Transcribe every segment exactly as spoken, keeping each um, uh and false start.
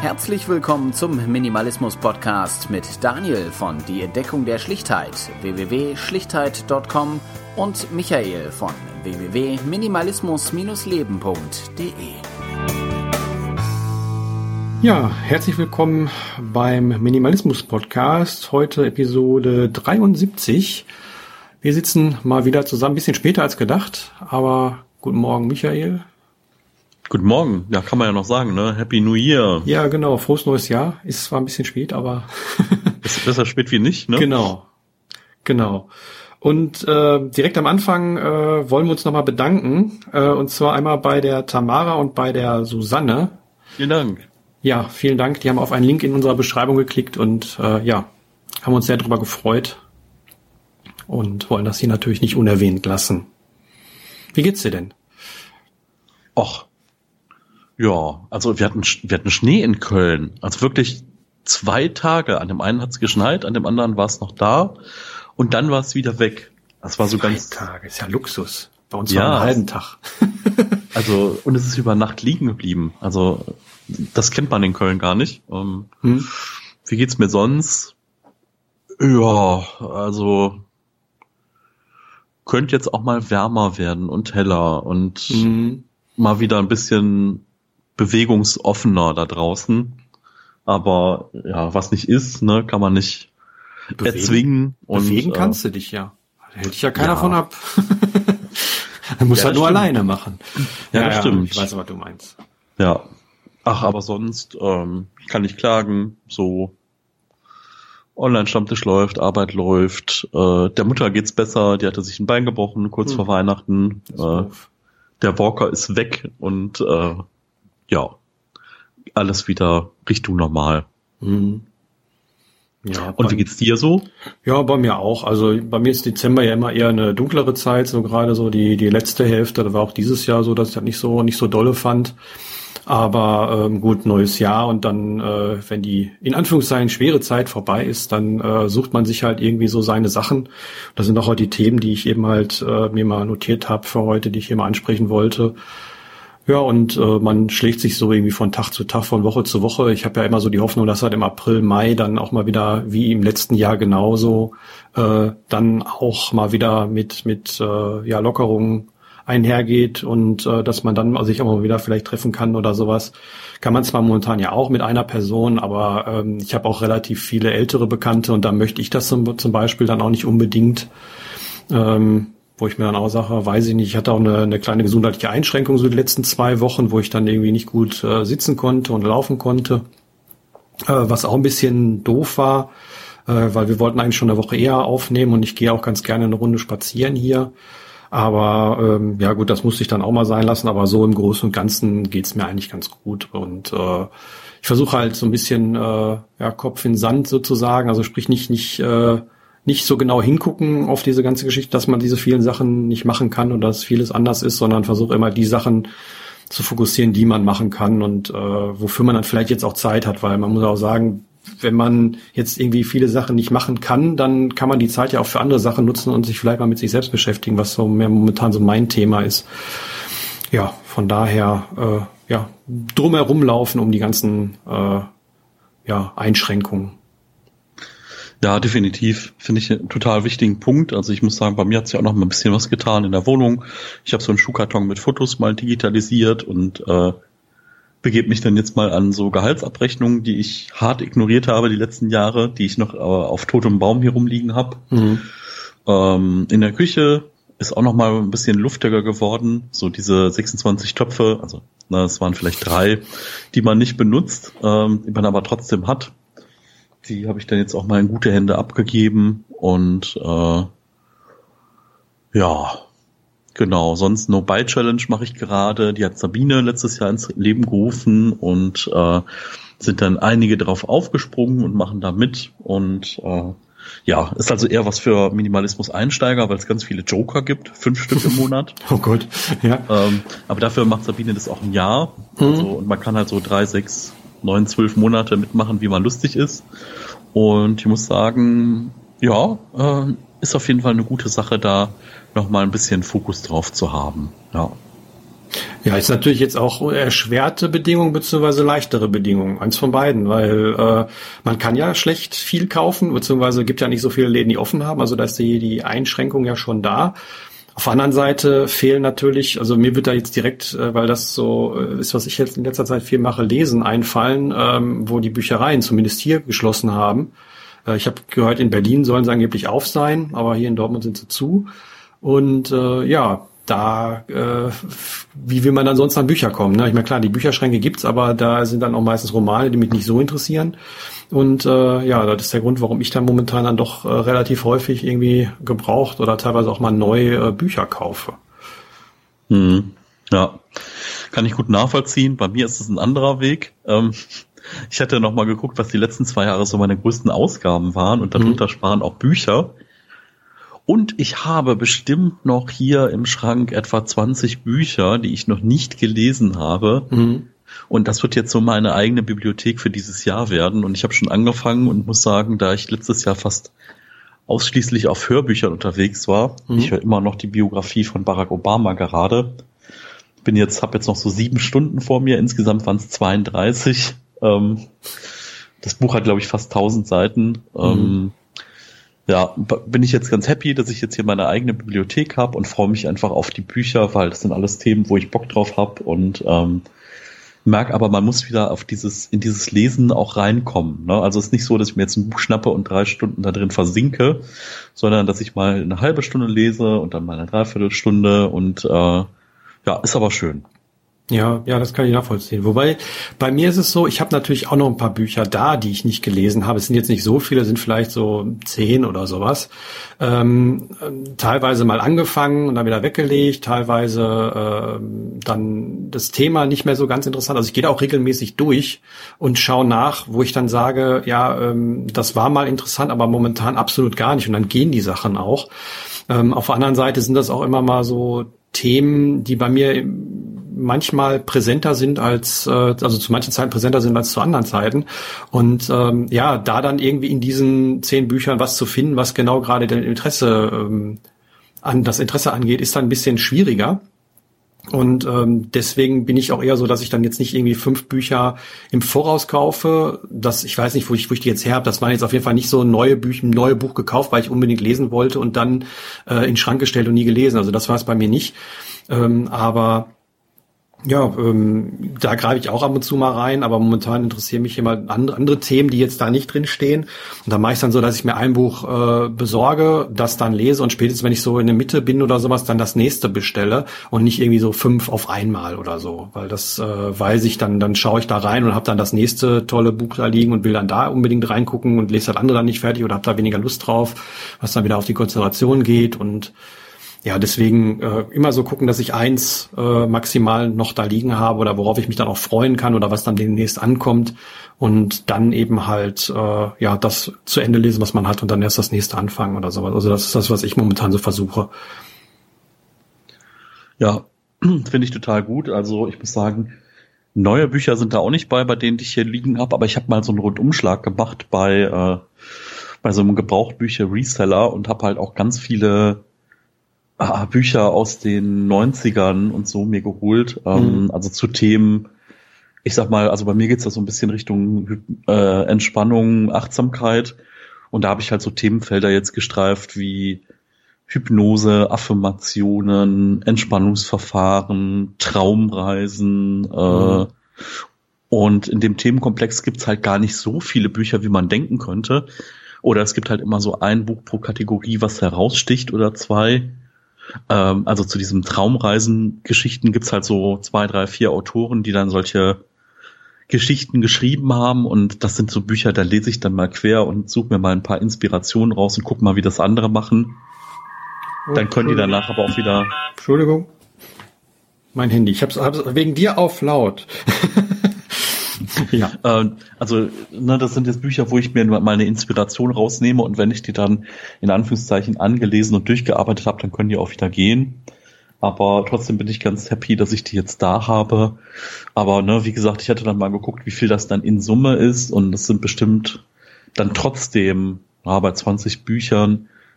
Herzlich willkommen zum Minimalismus-Podcast mit Daniel von Die Entdeckung der Schlichtheit w w w punkt schlichtheit punkt com und Michael von w w w punkt minimalismus leben punkt de. Ja, herzlich willkommen beim Minimalismus-Podcast, heute Episode dreiundsiebzig. Wir sitzen mal wieder zusammen, ein bisschen später als gedacht, aber guten Morgen, Michael. Guten Morgen, ja, kann man ja noch sagen, ne? Happy New Year. Ja, genau, frohes neues Jahr. Ist zwar ein bisschen spät, aber... Ist besser spät wie nicht, ne? Genau, genau. Und äh, direkt am Anfang äh, wollen wir uns nochmal bedanken, äh, und zwar einmal bei der Tamara und bei der Susanne. Vielen Dank. Ja, vielen Dank. Die haben auf einen Link in unserer Beschreibung geklickt und äh, ja, haben uns sehr darüber gefreut und wollen das hier natürlich nicht unerwähnt lassen. Wie geht's dir denn? Och, ja, also wir hatten wir hatten Schnee in Köln, also wirklich zwei Tage. An dem einen hat's geschneit, an dem anderen war es noch da und dann war es wieder weg. Das war so zwei ganz. Tage, ist ja Luxus. Bei uns Ja, war ein halben Tag. Also und es ist über Nacht liegen geblieben. Also das kennt man in Köln gar nicht. Ähm, Hm? Wie geht's mir sonst? Ja, also könnte jetzt auch mal wärmer werden und heller und Mhm. mal wieder ein bisschen bewegungsoffener da draußen. Aber ja, was nicht ist, ne, kann man nicht Bewegen. erzwingen. Und, Bewegen äh, kannst du dich ja. Da hält dich ja keiner Ja. von ab. Du musst Ja, halt das nur stimmt. alleine machen. Ja, das stimmt. Ich weiß, was du meinst. Ja. Ach, aber sonst ähm, kann ich klagen. So Online-Stammtisch läuft, Arbeit läuft. Äh, der Mutter geht's besser. Die hatte sich ein Bein gebrochen kurz Hm. vor Weihnachten. Das ist Äh, doof. der Walker ist weg und äh, ja, alles wieder Richtung normal. Mhm. Ja, Und bei- wie geht's dir so? Ja, bei mir auch. Also bei mir ist Dezember ja immer eher eine dunklere Zeit, so gerade so die die letzte Hälfte. Da war auch dieses Jahr so, dass ich das nicht so nicht so dolle fand. Aber ähm, gut, neues Jahr und dann, äh, wenn die in Anführungszeichen schwere Zeit vorbei ist, dann äh, sucht man sich halt irgendwie so seine Sachen. Das sind auch heute die Themen, die ich eben halt äh, mir mal notiert habe für heute, die ich hier mal ansprechen wollte. Ja, und äh, man schlägt sich so irgendwie von Tag zu Tag, von Woche zu Woche. Ich habe ja immer so die Hoffnung, dass halt im April, Mai dann auch mal wieder, wie im letzten Jahr genauso, äh, dann auch mal wieder mit mit äh, ja Lockerungen einhergeht und äh, dass man dann sich auch mal wieder vielleicht treffen kann oder sowas. Kann man zwar momentan ja auch mit einer Person, aber ähm, ich habe auch relativ viele ältere Bekannte und da möchte ich das zum, zum Beispiel dann auch nicht unbedingt. Ähm, wo ich mir dann auch sage, weiß ich nicht, ich hatte auch eine, eine kleine gesundheitliche Einschränkung so die letzten zwei Wochen, wo ich dann irgendwie nicht gut äh, sitzen konnte und laufen konnte, äh, was auch ein bisschen doof war, äh, weil wir wollten eigentlich schon eine Woche eher aufnehmen und ich gehe auch ganz gerne eine Runde spazieren hier. Aber ähm, ja gut, das musste ich dann auch mal sein lassen, aber so im Großen und Ganzen geht's mir eigentlich ganz gut und äh, ich versuche halt so ein bisschen äh, ja, Kopf in Sand sozusagen, also sprich nicht nicht äh, nicht so genau hingucken auf diese ganze Geschichte, dass man diese vielen Sachen nicht machen kann und dass vieles anders ist, sondern versuche immer die Sachen zu fokussieren, die man machen kann und äh, wofür man dann vielleicht jetzt auch Zeit hat, weil man muss auch sagen, wenn man jetzt irgendwie viele Sachen nicht machen kann, dann kann man die Zeit ja auch für andere Sachen nutzen und sich vielleicht mal mit sich selbst beschäftigen, was so mehr momentan so mein Thema ist. Ja, von daher äh, ja drumherum laufen um die ganzen äh, ja Einschränkungen. Ja, definitiv. Finde ich einen total wichtigen Punkt. Also ich muss sagen, bei mir hat sich auch noch mal ein bisschen was getan in der Wohnung. Ich habe so einen Schuhkarton mit Fotos mal digitalisiert und äh, begebe mich dann jetzt mal an so Gehaltsabrechnungen, die ich hart ignoriert habe die letzten Jahre, die ich noch äh, auf totem Baum hier rumliegen habe. Mhm. Ähm, in der Küche ist auch noch mal ein bisschen luftiger geworden. So diese sechsundzwanzig Töpfe, also na, es waren vielleicht drei, die man nicht benutzt, ähm, die man aber trotzdem hat. Die habe ich dann jetzt auch mal in gute Hände abgegeben und äh, ja, genau. Sonst No-Buy-Challenge mache ich gerade. Die hat Sabine letztes Jahr ins Leben gerufen und äh, sind dann einige drauf aufgesprungen und machen da mit. Und äh, ja, ist also eher was für Minimalismus-Einsteiger, weil es ganz viele Joker gibt, fünf Stück im Monat. Oh Gott, ja. Ähm, aber dafür macht Sabine das auch ein Jahr. Mhm. Also, und man kann halt so drei, sechs, neun, zwölf Monate mitmachen, wie man lustig ist. Und ich muss sagen, ja, äh, ist auf jeden Fall eine gute Sache, da nochmal ein bisschen Fokus drauf zu haben. Ja. Ja, ist natürlich jetzt auch erschwerte Bedingungen beziehungsweise leichtere Bedingungen. Eins von beiden, weil äh, man kann ja schlecht viel kaufen, beziehungsweise gibt ja nicht so viele Läden, die offen haben. Also da ist die, die Einschränkung ja schon da. Auf der anderen Seite fehlen natürlich, also mir wird da jetzt direkt, äh, weil das so äh, ist, was ich jetzt in letzter Zeit viel mache, Lesen einfallen, ähm, wo die Büchereien zumindest hier geschlossen haben. Äh, ich habe gehört, in Berlin sollen sie angeblich auf sein, aber hier in Dortmund sind sie zu. Und äh, ja, da, äh, wie will man dann sonst an Bücher kommen? Ne? Ich meine, klar, die Bücherschränke gibt's, aber da sind dann auch meistens Romane, die mich nicht so interessieren. Und äh, ja, das ist der Grund, warum ich dann momentan dann doch äh, relativ häufig irgendwie gebraucht oder teilweise auch mal neue äh, Bücher kaufe. Hm. Ja, kann ich gut nachvollziehen. Bei mir ist es ein anderer Weg. Ähm, ich hatte noch mal geguckt, was die letzten zwei Jahre so meine größten Ausgaben waren und darunter mhm. waren auch Bücher. Und ich habe bestimmt noch hier im Schrank etwa zwanzig Bücher, die ich noch nicht gelesen habe. Mhm. Und das wird jetzt so meine eigene Bibliothek für dieses Jahr werden. Und ich habe schon angefangen und muss sagen, da ich letztes Jahr fast ausschließlich auf Hörbüchern unterwegs war, mhm. ich höre immer noch die Biografie von Barack Obama gerade. Bin jetzt, habe jetzt noch so sieben Stunden vor mir. Insgesamt waren es zweiunddreißig. Ähm, das Buch hat, glaube ich, fast tausend Seiten. Mhm. Ähm, Ja, bin ich jetzt ganz happy, dass ich jetzt hier meine eigene Bibliothek habe und freue mich einfach auf die Bücher, weil das sind alles Themen, wo ich Bock drauf habe und ähm, merke aber, man muss wieder auf dieses in dieses Lesen auch reinkommen. Ne? Also es ist nicht so, dass ich mir jetzt ein Buch schnappe und drei Stunden da drin versinke, sondern dass ich mal eine halbe Stunde lese und dann mal eine Dreiviertelstunde und äh, ja, ist aber schön. Ja, ja, das kann ich nachvollziehen. Wobei, bei mir ist es so, ich habe natürlich auch noch ein paar Bücher da, die ich nicht gelesen habe. Es sind jetzt nicht so viele, sind vielleicht so zehn oder sowas. Ähm, teilweise mal angefangen und dann wieder weggelegt, teilweise äh, dann das Thema nicht mehr so ganz interessant. Also ich gehe da auch regelmäßig durch und schaue nach, wo ich dann sage, ja, ähm, das war mal interessant, aber momentan absolut gar nicht. Und dann gehen die Sachen auch. Ähm, auf der anderen Seite sind das auch immer mal so Themen, die bei mir manchmal präsenter sind als, äh, also zu manchen Zeiten präsenter sind als zu anderen Zeiten. Und ähm, ja, da dann irgendwie in diesen zehn Büchern was zu finden, was genau gerade den Interesse ähm, an das Interesse angeht, ist dann ein bisschen schwieriger. Und ähm, deswegen bin ich auch eher so, dass ich dann jetzt nicht irgendwie fünf Bücher im Voraus kaufe. Das, ich weiß nicht, wo ich, wo ich die jetzt her habe. Das waren jetzt auf jeden Fall nicht so neue Bücher, ein neues Buch gekauft, weil ich unbedingt lesen wollte und dann äh, in den Schrank gestellt und nie gelesen. Also das war es bei mir nicht. Ähm, aber ja, ähm, da greife ich auch ab und zu mal rein, aber momentan interessieren mich immer andere, andere Themen, die jetzt da nicht drin stehen. Und da mache ich dann so, dass ich mir ein Buch äh, besorge, das dann lese und spätestens, wenn ich so in der Mitte bin oder sowas, dann das nächste bestelle und nicht irgendwie so fünf auf einmal oder so, weil das äh, weiß ich, dann dann schaue ich da rein und habe dann das nächste tolle Buch da liegen und will dann da unbedingt reingucken und lese das andere dann nicht fertig oder habe da weniger Lust drauf, was dann wieder auf die Konzentration geht. Und ja, deswegen äh, immer so gucken, dass ich eins äh, maximal noch da liegen habe oder worauf ich mich dann auch freuen kann oder was dann demnächst ankommt und dann eben halt äh, ja das zu Ende lesen, was man hat und dann erst das nächste anfangen oder sowas. Also das ist das, was ich momentan so versuche. Ja, finde ich total gut. Also ich muss sagen, neue Bücher sind da auch nicht bei, bei denen ich hier liegen habe, aber ich habe mal so einen Rundumschlag gemacht bei äh, bei so einem Gebrauchtbücher-Reseller und habe halt auch ganz viele Ah, Bücher aus den neunzigern und so mir geholt, ähm, mhm. also zu Themen, ich sag mal, also bei mir geht's da so ein bisschen Richtung äh, Entspannung, Achtsamkeit und da habe ich halt so Themenfelder jetzt gestreift wie Hypnose, Affirmationen, Entspannungsverfahren, Traumreisen mhm. äh, und in dem Themenkomplex gibt's halt gar nicht so viele Bücher, wie man denken könnte oder es gibt halt immer so ein Buch pro Kategorie, was heraussticht oder zwei. Also zu diesem Traumreisen-Geschichten gibt's halt so zwei, drei, vier Autoren, die dann solche Geschichten geschrieben haben und das sind so Bücher, da lese ich dann mal quer und suche mir mal ein paar Inspirationen raus und guck mal, wie das andere machen. Dann können die danach aber auch wieder... Entschuldigung. Mein Handy. Ich hab's, hab's wegen dir auf laut. Ja. Also, ne, das sind jetzt Bücher, wo ich mir mal eine Inspiration rausnehme und wenn ich die dann in Anführungszeichen angelesen und durchgearbeitet habe, dann können die auch wieder gehen. Aber trotzdem bin ich ganz happy, dass ich die jetzt da habe. Aber ne, wie gesagt, ich hatte dann mal geguckt, wie viel das dann in Summe ist und das sind bestimmt dann trotzdem ja, bei zwanzig Büchern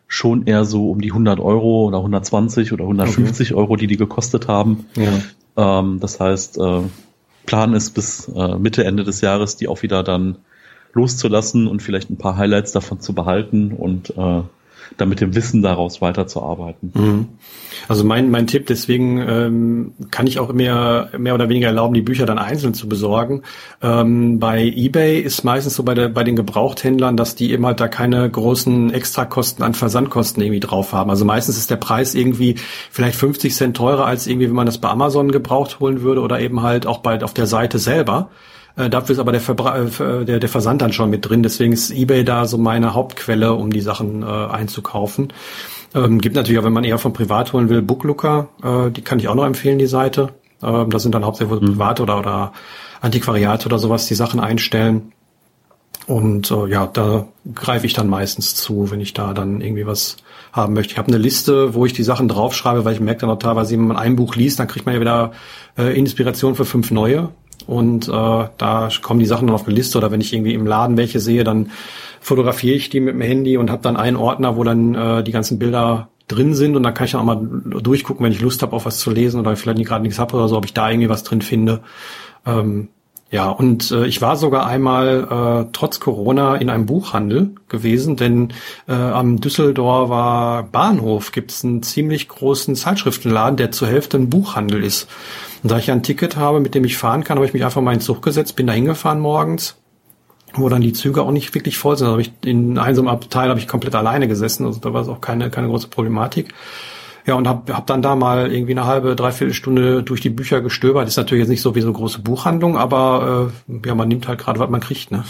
schon eher so um die hundert Euro oder hundertzwanzig oder hundertfünfzig okay. Euro, die die gekostet haben. Ja. Ähm, das heißt, äh, Plan ist bis äh, Mitte, Ende des Jahres, die auch wieder dann loszulassen und vielleicht ein paar Highlights davon zu behalten und äh, dann mit dem Wissen daraus weiterzuarbeiten. Mhm. Also mein mein Tipp, deswegen ähm, kann ich auch mehr mehr oder weniger erlauben, die Bücher dann einzeln zu besorgen. Ähm, bei eBay ist meistens so bei der bei den Gebrauchthändlern, dass die eben halt da keine großen Extrakosten an Versandkosten irgendwie drauf haben. Also meistens ist der Preis irgendwie vielleicht fünfzig Cent teurer als irgendwie, wenn man das bei Amazon gebraucht holen würde oder eben halt auch bei auf der Seite selber. Äh, dafür ist aber der, Verbra- äh, der, der Versand dann schon mit drin. Deswegen ist eBay da so meine Hauptquelle, um die Sachen äh, einzukaufen. Ähm, gibt natürlich auch, wenn man eher von privat holen will, Booklooker. Äh, die kann ich auch noch empfehlen, die Seite. Äh, das sind dann hauptsächlich mhm. Private oder, oder Antiquariate oder sowas, die Sachen einstellen. Und äh, ja, da greife ich dann meistens zu, wenn ich da dann irgendwie was haben möchte. Ich habe eine Liste, wo ich die Sachen draufschreibe, weil ich merke dann auch teilweise, wenn man ein Buch liest, dann kriegt man ja wieder äh, Inspiration für fünf neue. Und äh, da kommen die Sachen dann auf eine Liste, oder wenn ich irgendwie im Laden welche sehe, dann fotografiere ich die mit dem Handy und habe dann einen Ordner, wo dann äh, die ganzen Bilder drin sind, und dann kann ich dann auch mal durchgucken, wenn ich Lust habe, auf was zu lesen oder vielleicht nicht gerade nichts habe oder so, ob ich da irgendwie was drin finde. Ähm, ja, und äh, ich war sogar einmal äh, trotz Corona in einem Buchhandel gewesen, denn äh, am Düsseldorfer Bahnhof gibt's einen ziemlich großen Zeitschriftenladen, der zur Hälfte ein Buchhandel ist. Und da ich ja ein Ticket habe, mit dem ich fahren kann, habe ich mich einfach mal in den Zug gesetzt, bin da hingefahren morgens, wo dann die Züge auch nicht wirklich voll sind. Da habe ich in einem so einem Abteil habe ich komplett alleine gesessen, also da war es auch keine keine große Problematik. Ja, und hab, hab dann da mal irgendwie eine halbe, dreiviertel Stunde durch die Bücher gestöbert. Ist natürlich jetzt nicht so wie so eine große Buchhandlung, aber äh, ja, man nimmt halt gerade, was man kriegt, ne?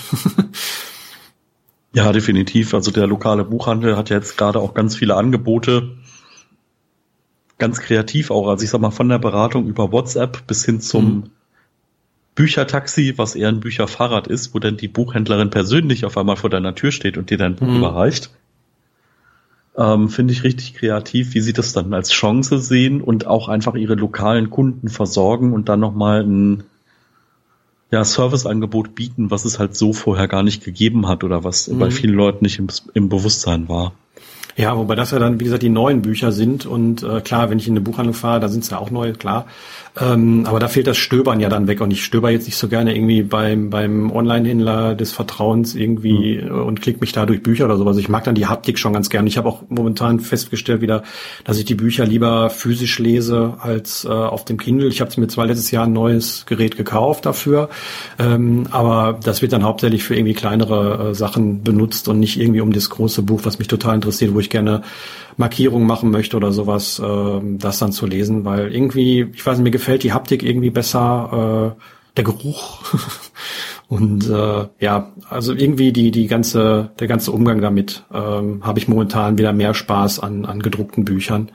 Ja, definitiv. Also der lokale Buchhandel hat ja jetzt gerade auch ganz viele Angebote. Ganz kreativ auch. Also ich sag mal, von der Beratung über WhatsApp bis hin zum mhm. Büchertaxi, was eher ein Bücherfahrrad ist, wo dann die Buchhändlerin persönlich auf einmal vor deiner Tür steht und dir dein Buch mhm. überreicht. Ähm, finde ich richtig kreativ, wie sie das dann als Chance sehen und auch einfach ihre lokalen Kunden versorgen und dann nochmal ein ja, Serviceangebot bieten, was es halt so vorher gar nicht gegeben hat oder was mhm. bei vielen Leuten nicht im, im Bewusstsein war. Ja, wobei das ja dann, wie gesagt, die neuen Bücher sind, und äh, klar, wenn ich in eine Buchhandlung fahre, da sind es ja auch neue, klar. Ähm, aber da fehlt das Stöbern ja dann weg, und ich stöber jetzt nicht so gerne irgendwie beim beim Online-Händler des Vertrauens irgendwie mhm. und klick mich da durch Bücher oder sowas. Ich mag dann die Haptik schon ganz gerne. Ich habe auch momentan festgestellt wieder, dass ich die Bücher lieber physisch lese als äh, auf dem Kindle. Ich habe mir zwar letztes Jahr ein neues Gerät gekauft dafür, ähm, aber das wird dann hauptsächlich für irgendwie kleinere äh, Sachen benutzt und nicht irgendwie um das große Buch, was mich total interessiert, wo ich gerne Markierungen machen möchte oder sowas, äh, das dann zu lesen, weil irgendwie, ich weiß nicht, mir gefällt die Haptik irgendwie besser, äh, der Geruch und äh, ja, also irgendwie die die ganze der ganze Umgang damit ähm, habe ich momentan wieder mehr Spaß an an gedruckten Büchern.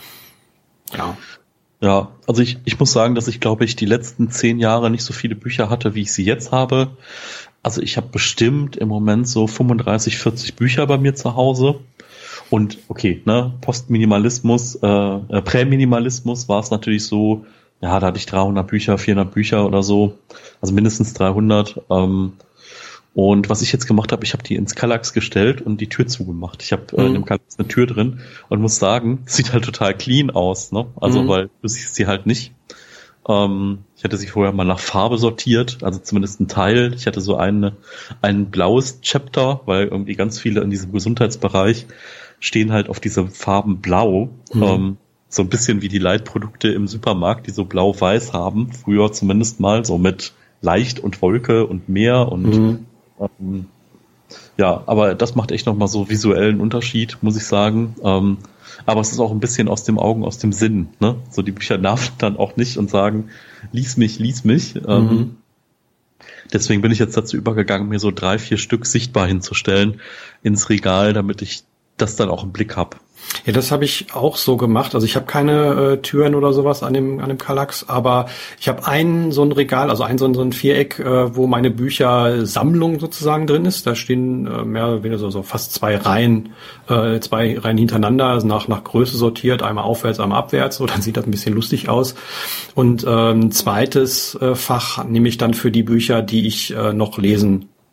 Ja. Ja, also ich ich muss sagen, dass ich glaube ich die letzten zehn Jahre nicht so viele Bücher hatte, wie ich sie jetzt habe. Also ich habe bestimmt im Moment so fünfunddreißig, vierzig Bücher bei mir zu Hause. Und okay, ne, Postminimalismus, äh, äh, Präminimalismus war es natürlich so, ja, da hatte ich dreihundert Bücher, vierhundert Bücher oder so, also mindestens dreihundert. Ähm, und was ich jetzt gemacht habe, ich habe die ins Kallax gestellt und die Tür zugemacht. Ich habe äh, mhm. in dem Kallax eine Tür drin und muss sagen, sieht halt total clean aus, ne? Also mhm. weil du siehst sie halt nicht. Ähm, ich hatte sie vorher mal nach Farbe sortiert, also zumindest ein Teil. Ich hatte so eine, ein blaues Chapter, weil irgendwie ganz viele in diesem Gesundheitsbereich stehen halt auf diese Farben blau. Mhm. Ähm, so ein bisschen wie die Leitprodukte im Supermarkt, die so blau-weiß haben. Früher zumindest mal, so mit Leicht und Wolke und Meer und mhm. ähm, ja, aber das macht echt nochmal so visuellen Unterschied, muss ich sagen. Ähm, aber es ist auch ein bisschen aus dem Augen, aus dem Sinn, ne? So die Bücher nerven dann auch nicht und sagen, lies mich, lies mich. Mhm. Ähm, deswegen bin ich jetzt dazu übergegangen, mir so drei, vier Stück sichtbar hinzustellen ins Regal, damit ich das dann auch im Blick habe. Ja, das habe ich auch so gemacht. Also ich habe keine äh, Türen oder sowas an dem an dem Kallax, aber ich habe ein so ein Regal, also ein so ein, so ein Viereck, äh, wo meine Büchersammlung sozusagen drin ist. Da stehen äh, mehr oder weniger so, so fast zwei Reihen, äh, zwei Reihen hintereinander, also nach nach Größe sortiert, einmal aufwärts, einmal abwärts. So, dann sieht das ein bisschen lustig aus. Und äh, ein zweites äh, Fach nehme ich dann für die Bücher, die ich äh, noch lesen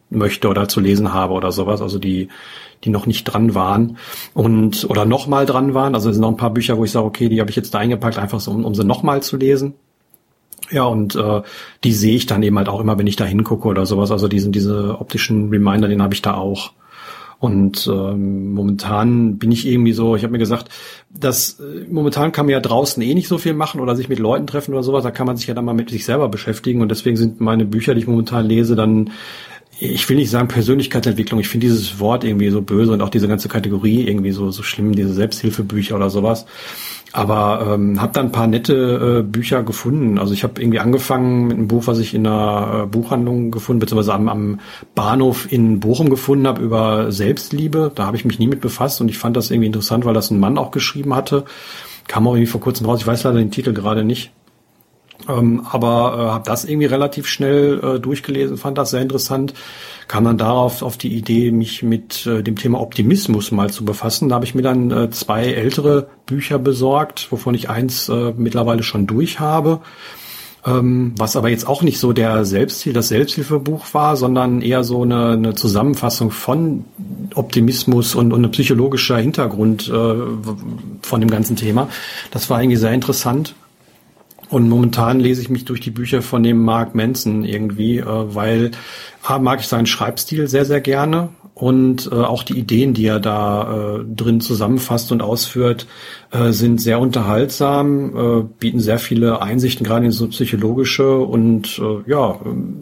möchte oder zu lesen habe oder sowas, also die die noch nicht dran waren und oder noch mal dran waren. Also es sind noch ein paar Bücher, wo ich sage, okay, die habe ich jetzt da eingepackt, einfach so, um, um sie noch mal zu lesen. Ja, und äh, die sehe ich dann eben halt auch immer, wenn ich da hingucke oder sowas. Also diesen diese optischen Reminder, den habe ich da auch. Und ähm, momentan bin ich irgendwie so, ich habe mir gesagt, dass äh, momentan kann man ja draußen eh nicht so viel machen oder sich mit Leuten treffen oder sowas, da kann man sich ja dann mal mit sich selber beschäftigen und deswegen sind meine Bücher, die ich momentan lese, dann, ich will nicht sagen Persönlichkeitsentwicklung, ich finde dieses Wort irgendwie so böse und auch diese ganze Kategorie irgendwie so so schlimm, diese Selbsthilfebücher oder sowas. Aber ähm, habe dann ein paar nette äh, Bücher gefunden. Also ich habe irgendwie angefangen mit einem Buch, was ich in einer äh, Buchhandlung gefunden, beziehungsweise am, am Bahnhof in Bochum gefunden habe, über Selbstliebe. Da habe ich mich nie mit befasst und ich fand das irgendwie interessant, weil das ein Mann auch geschrieben hatte. Kam auch irgendwie vor kurzem raus. Ich weiß leider den Titel gerade nicht. Ähm, aber äh, habe das irgendwie relativ schnell äh, durchgelesen, fand das sehr interessant, kam dann darauf auf die Idee, mich mit äh, dem Thema Optimismus mal zu befassen. Da habe ich mir dann äh, zwei ältere Bücher besorgt, wovon ich eins äh, mittlerweile schon durch habe, ähm, was aber jetzt auch nicht so der Selbsthil- das Selbsthilfebuch war, sondern eher so eine, eine Zusammenfassung von Optimismus und, und ein psychologischer Hintergrund äh, von dem ganzen Thema. Das war irgendwie sehr interessant. Und momentan lese ich mich durch die Bücher von dem Mark Manson irgendwie, äh, weil A, mag ich seinen Schreibstil sehr, sehr gerne und äh, auch die Ideen, die er da äh, drin zusammenfasst und ausführt, äh, sind sehr unterhaltsam, äh, bieten sehr viele Einsichten, gerade in so psychologische und äh, ja,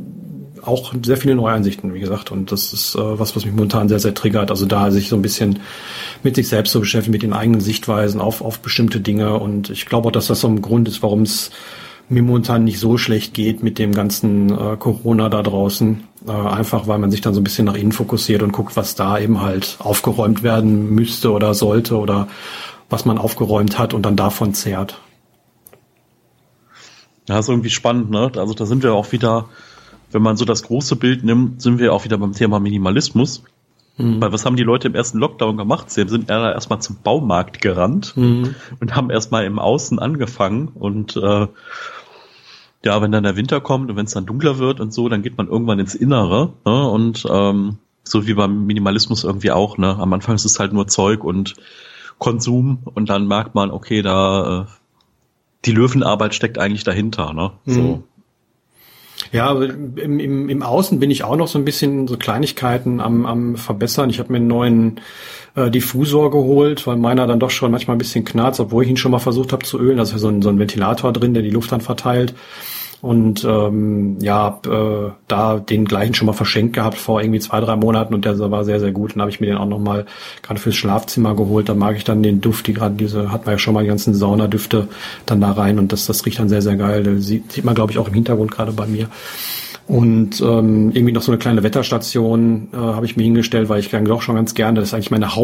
auch sehr viele neue Einsichten, wie gesagt. Und das ist äh, was, was mich momentan sehr, sehr triggert. Also da sich so ein bisschen mit sich selbst zu beschäftigen, mit den eigenen Sichtweisen auf, auf bestimmte Dinge. Und ich glaube auch, dass das so ein Grund ist, warum es mir momentan nicht so schlecht geht mit dem ganzen äh, Corona da draußen. Äh, einfach, weil man sich dann so ein bisschen nach innen fokussiert und guckt, was da eben halt aufgeräumt werden müsste oder sollte oder was man aufgeräumt hat und dann davon zehrt. Ja, ist irgendwie spannend, ne? Also da sind wir auch wieder, wenn man so das große Bild nimmt, sind wir auch wieder beim Thema Minimalismus. Mhm. Weil was haben die Leute im ersten Lockdown gemacht? Sie sind erstmal zum Baumarkt gerannt mhm. und haben erstmal im Außen angefangen. Und äh, ja, wenn dann der Winter kommt und wenn es dann dunkler wird und so, dann geht man irgendwann ins Innere. Ne? Und ähm, so wie beim Minimalismus irgendwie auch. Ne? Am Anfang ist es halt nur Zeug und Konsum und dann merkt man, okay, da äh, die Löwenarbeit steckt eigentlich dahinter. Ne? Mhm. So. Ja, im, im, im Außen bin ich auch noch so ein bisschen so Kleinigkeiten am, am verbessern. Ich habe mir einen neuen äh, Diffusor geholt, weil meiner dann doch schon manchmal ein bisschen knarzt, obwohl ich ihn schon mal versucht habe zu ölen. Da ist ja so ein, so ein Ventilator drin, der die Luft dann verteilt. Und ähm, ja, hab, äh, da den gleichen schon mal verschenkt gehabt vor irgendwie zwei, drei Monaten und der war sehr, sehr gut. Und habe ich mir den auch nochmal gerade fürs Schlafzimmer geholt. Da mag ich dann den Duft, die gerade diese, hatten wir ja schon mal die ganzen Saunadüfte dann da rein und das, das riecht dann sehr, sehr geil. Das sieht, sieht man, glaube ich, auch im Hintergrund gerade bei mir. Und ähm, irgendwie noch so eine kleine Wetterstation äh, habe ich mir hingestellt, weil ich dann doch schon ganz gerne, das ist eigentlich meine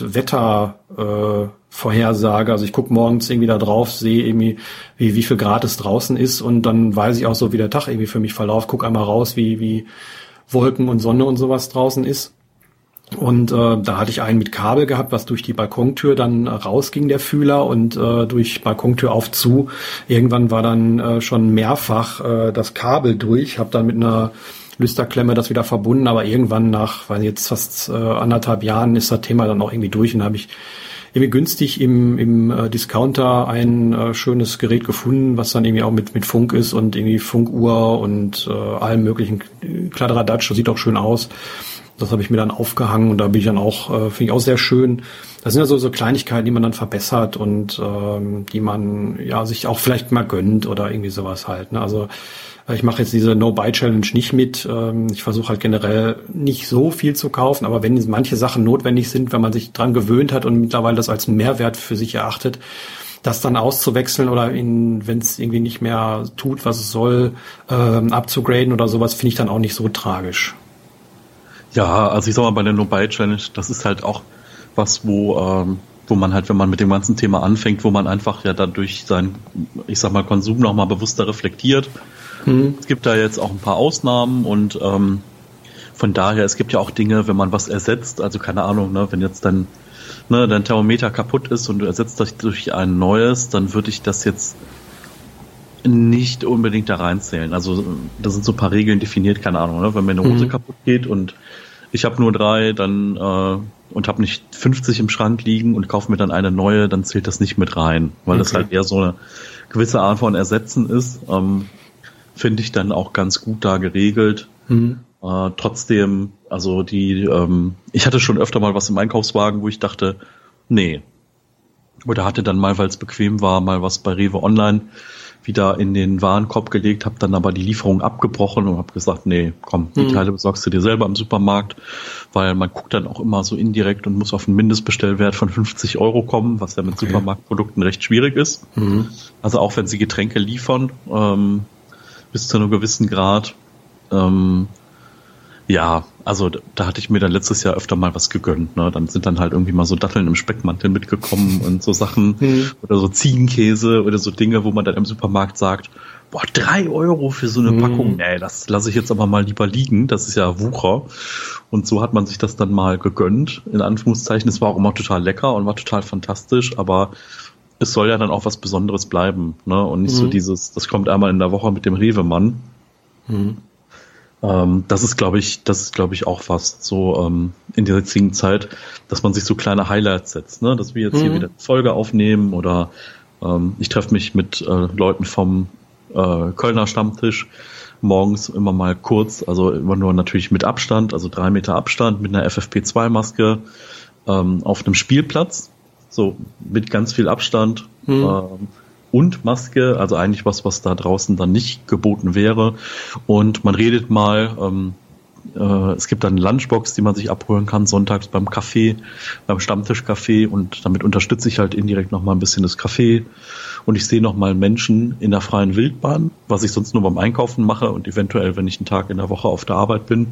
Hauptwettervorhersage. Äh, also ich gucke morgens irgendwie da drauf, sehe irgendwie, wie wie viel Grad es draußen ist und dann weiß ich auch so, wie der Tag irgendwie für mich verläuft. Guck einmal raus, wie wie Wolken und Sonne und sowas draußen ist. Und äh, da hatte ich einen mit Kabel gehabt, was durch die Balkontür dann äh, rausging, der Fühler, und äh, durch Balkontür auf zu. Irgendwann war dann äh, schon mehrfach äh, das Kabel durch, habe dann mit einer Lüsterklemme das wieder verbunden, aber irgendwann nach, weil jetzt fast äh, anderthalb Jahren ist das Thema dann auch irgendwie durch und habe ich irgendwie günstig im, im äh, Discounter ein äh, schönes Gerät gefunden, was dann irgendwie auch mit mit Funk ist und irgendwie Funkuhr und äh, allem möglichen Kladderadatsch, das sieht auch schön aus. Das habe ich mir dann aufgehangen und da bin ich dann auch, äh, finde ich auch sehr schön. Das sind ja so, so Kleinigkeiten, die man dann verbessert und ähm, die man ja sich auch vielleicht mal gönnt oder irgendwie sowas halt. Ne? Also ich mache jetzt diese No-Buy-Challenge nicht mit. Ähm, ich versuche halt generell nicht so viel zu kaufen, aber wenn manche Sachen notwendig sind, wenn man sich dran gewöhnt hat und mittlerweile das als Mehrwert für sich erachtet, das dann auszuwechseln oder wenn es irgendwie nicht mehr tut, was es soll, ähm, abzugraden oder sowas, finde ich dann auch nicht so tragisch. Ja, also ich sag mal, bei der No-Buy-Challenge, das ist halt auch was, wo ähm, wo man halt, wenn man mit dem ganzen Thema anfängt, wo man einfach ja dadurch seinen, ich sag mal, Konsum nochmal bewusster reflektiert. Mhm. Es gibt da jetzt auch ein paar Ausnahmen und ähm, von daher, es gibt ja auch Dinge, wenn man was ersetzt, also keine Ahnung, ne, wenn jetzt dein, ne, dein Thermometer kaputt ist und du ersetzt das durch ein neues, dann würde ich das jetzt nicht unbedingt da reinzählen. Also da sind so ein paar Regeln definiert, keine Ahnung, ne? Wenn mir eine Hose mhm. kaputt geht und ich habe nur drei, dann äh, und habe nicht fünfzig im Schrank liegen und kaufe mir dann eine neue, dann zählt das nicht mit rein, weil okay. das halt eher so eine gewisse Art von Ersetzen ist. Ähm, finde ich dann auch ganz gut da geregelt. Mhm. Äh, trotzdem, also die, ähm, ich hatte schon öfter mal was im Einkaufswagen, wo ich dachte, nee. Oder hatte dann mal, weil es bequem war, mal was bei Rewe Online wieder in den Warenkorb gelegt, habe dann aber die Lieferung abgebrochen und habe gesagt, nee, komm, die mhm. Teile besorgst du dir selber im Supermarkt, weil man guckt dann auch immer so indirekt und muss auf einen Mindestbestellwert von fünfzig Euro kommen, was ja mit okay. Supermarktprodukten recht schwierig ist. Mhm. Also auch wenn sie Getränke liefern, ähm, bis zu einem gewissen Grad, ähm, ja, also da hatte ich mir dann letztes Jahr öfter mal was gegönnt. Ne? Dann sind dann halt irgendwie mal so Datteln im Speckmantel mitgekommen und so Sachen mhm. oder so Ziegenkäse oder so Dinge, wo man dann im Supermarkt sagt, boah, drei Euro für so eine mhm. Packung, nee, das lasse ich jetzt aber mal lieber liegen, das ist ja Wucher. Und so hat man sich das dann mal gegönnt, in Anführungszeichen. Es war auch immer total lecker und war total fantastisch, aber es soll ja dann auch was Besonderes bleiben, ne? Und nicht mhm. so dieses, das kommt einmal in der Woche mit dem Rewe-Mann. Mhm. Ähm, das ist, glaube ich, das ist, glaube ich, auch was so ähm, in der jetzigen Zeit, dass man sich so kleine Highlights setzt, ne? Dass wir jetzt mhm. hier wieder eine Folge aufnehmen oder ähm, ich treffe mich mit äh, Leuten vom äh, Kölner Stammtisch morgens immer mal kurz, also immer nur natürlich mit Abstand, also drei Meter Abstand mit einer F F P zwei Maske ähm, auf einem Spielplatz, so mit ganz viel Abstand. Mhm. Ähm, und Maske, also eigentlich was, was da draußen dann nicht geboten wäre. Und man redet mal, ähm, äh, es gibt dann eine Lunchbox, die man sich abholen kann, sonntags beim Café, beim Stammtischcafé, und damit unterstütze ich halt indirekt nochmal ein bisschen das Café. Und ich sehe nochmal Menschen in der freien Wildbahn, was ich sonst nur beim Einkaufen mache und eventuell, wenn ich einen Tag in der Woche auf der Arbeit bin.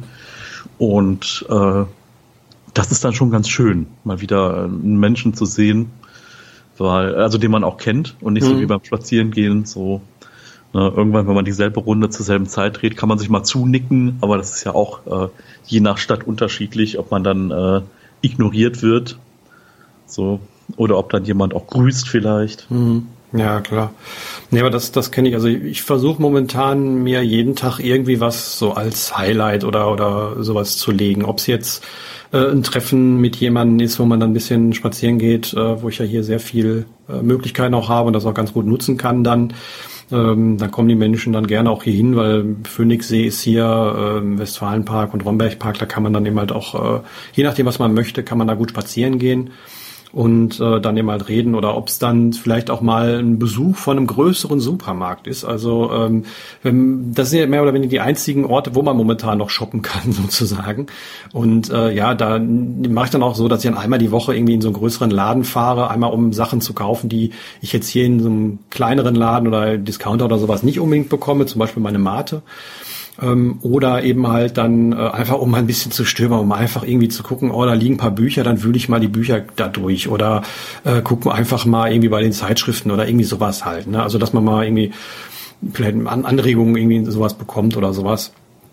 Und äh, das ist dann schon ganz schön, mal wieder einen Menschen zu sehen, weil, also den man auch kennt und nicht mhm. so wie beim Spazierengehen, so, ne, irgendwann, wenn man dieselbe Runde zur selben Zeit dreht, kann man sich mal zunicken, aber das ist ja auch äh, je nach Stadt unterschiedlich, ob man dann äh, ignoriert wird, so, oder ob dann jemand auch grüßt vielleicht. Mhm. Ja, klar. Nee, aber das, das kenne ich. Also ich, ich versuche momentan mir jeden Tag irgendwie was so als Highlight oder, oder sowas zu legen. Ob es jetzt äh, ein Treffen mit jemandem ist, wo man dann ein bisschen spazieren geht, äh, wo ich ja hier sehr viel äh, Möglichkeiten auch habe und das auch ganz gut nutzen kann dann. Ähm, dann kommen die Menschen dann gerne auch hier hin, weil Phoenixsee ist hier, äh, Westfalenpark und Rombergpark, da kann man dann eben halt auch, äh, je nachdem was man möchte, kann man da gut spazieren gehen. Und äh, dann eben halt reden, oder ob es dann vielleicht auch mal ein Besuch von einem größeren Supermarkt ist. Also ähm, das sind ja mehr oder weniger die einzigen Orte, wo man momentan noch shoppen kann, sozusagen. Und äh, ja, da mache ich dann auch so, dass ich dann einmal die Woche irgendwie in so einen größeren Laden fahre, einmal um Sachen zu kaufen, die ich jetzt hier in so einem kleineren Laden oder Discounter oder sowas nicht unbedingt bekomme, zum Beispiel meine Mate. Ähm, oder eben halt dann äh, einfach, um mal ein bisschen zu stöbern, um einfach irgendwie zu gucken, oh, da liegen ein paar Bücher, dann wühle ich mal die Bücher da durch, oder äh, gucken einfach mal irgendwie bei den Zeitschriften oder irgendwie sowas halt, ne? Also dass man mal irgendwie vielleicht An- Anregungen irgendwie sowas bekommt oder sowas.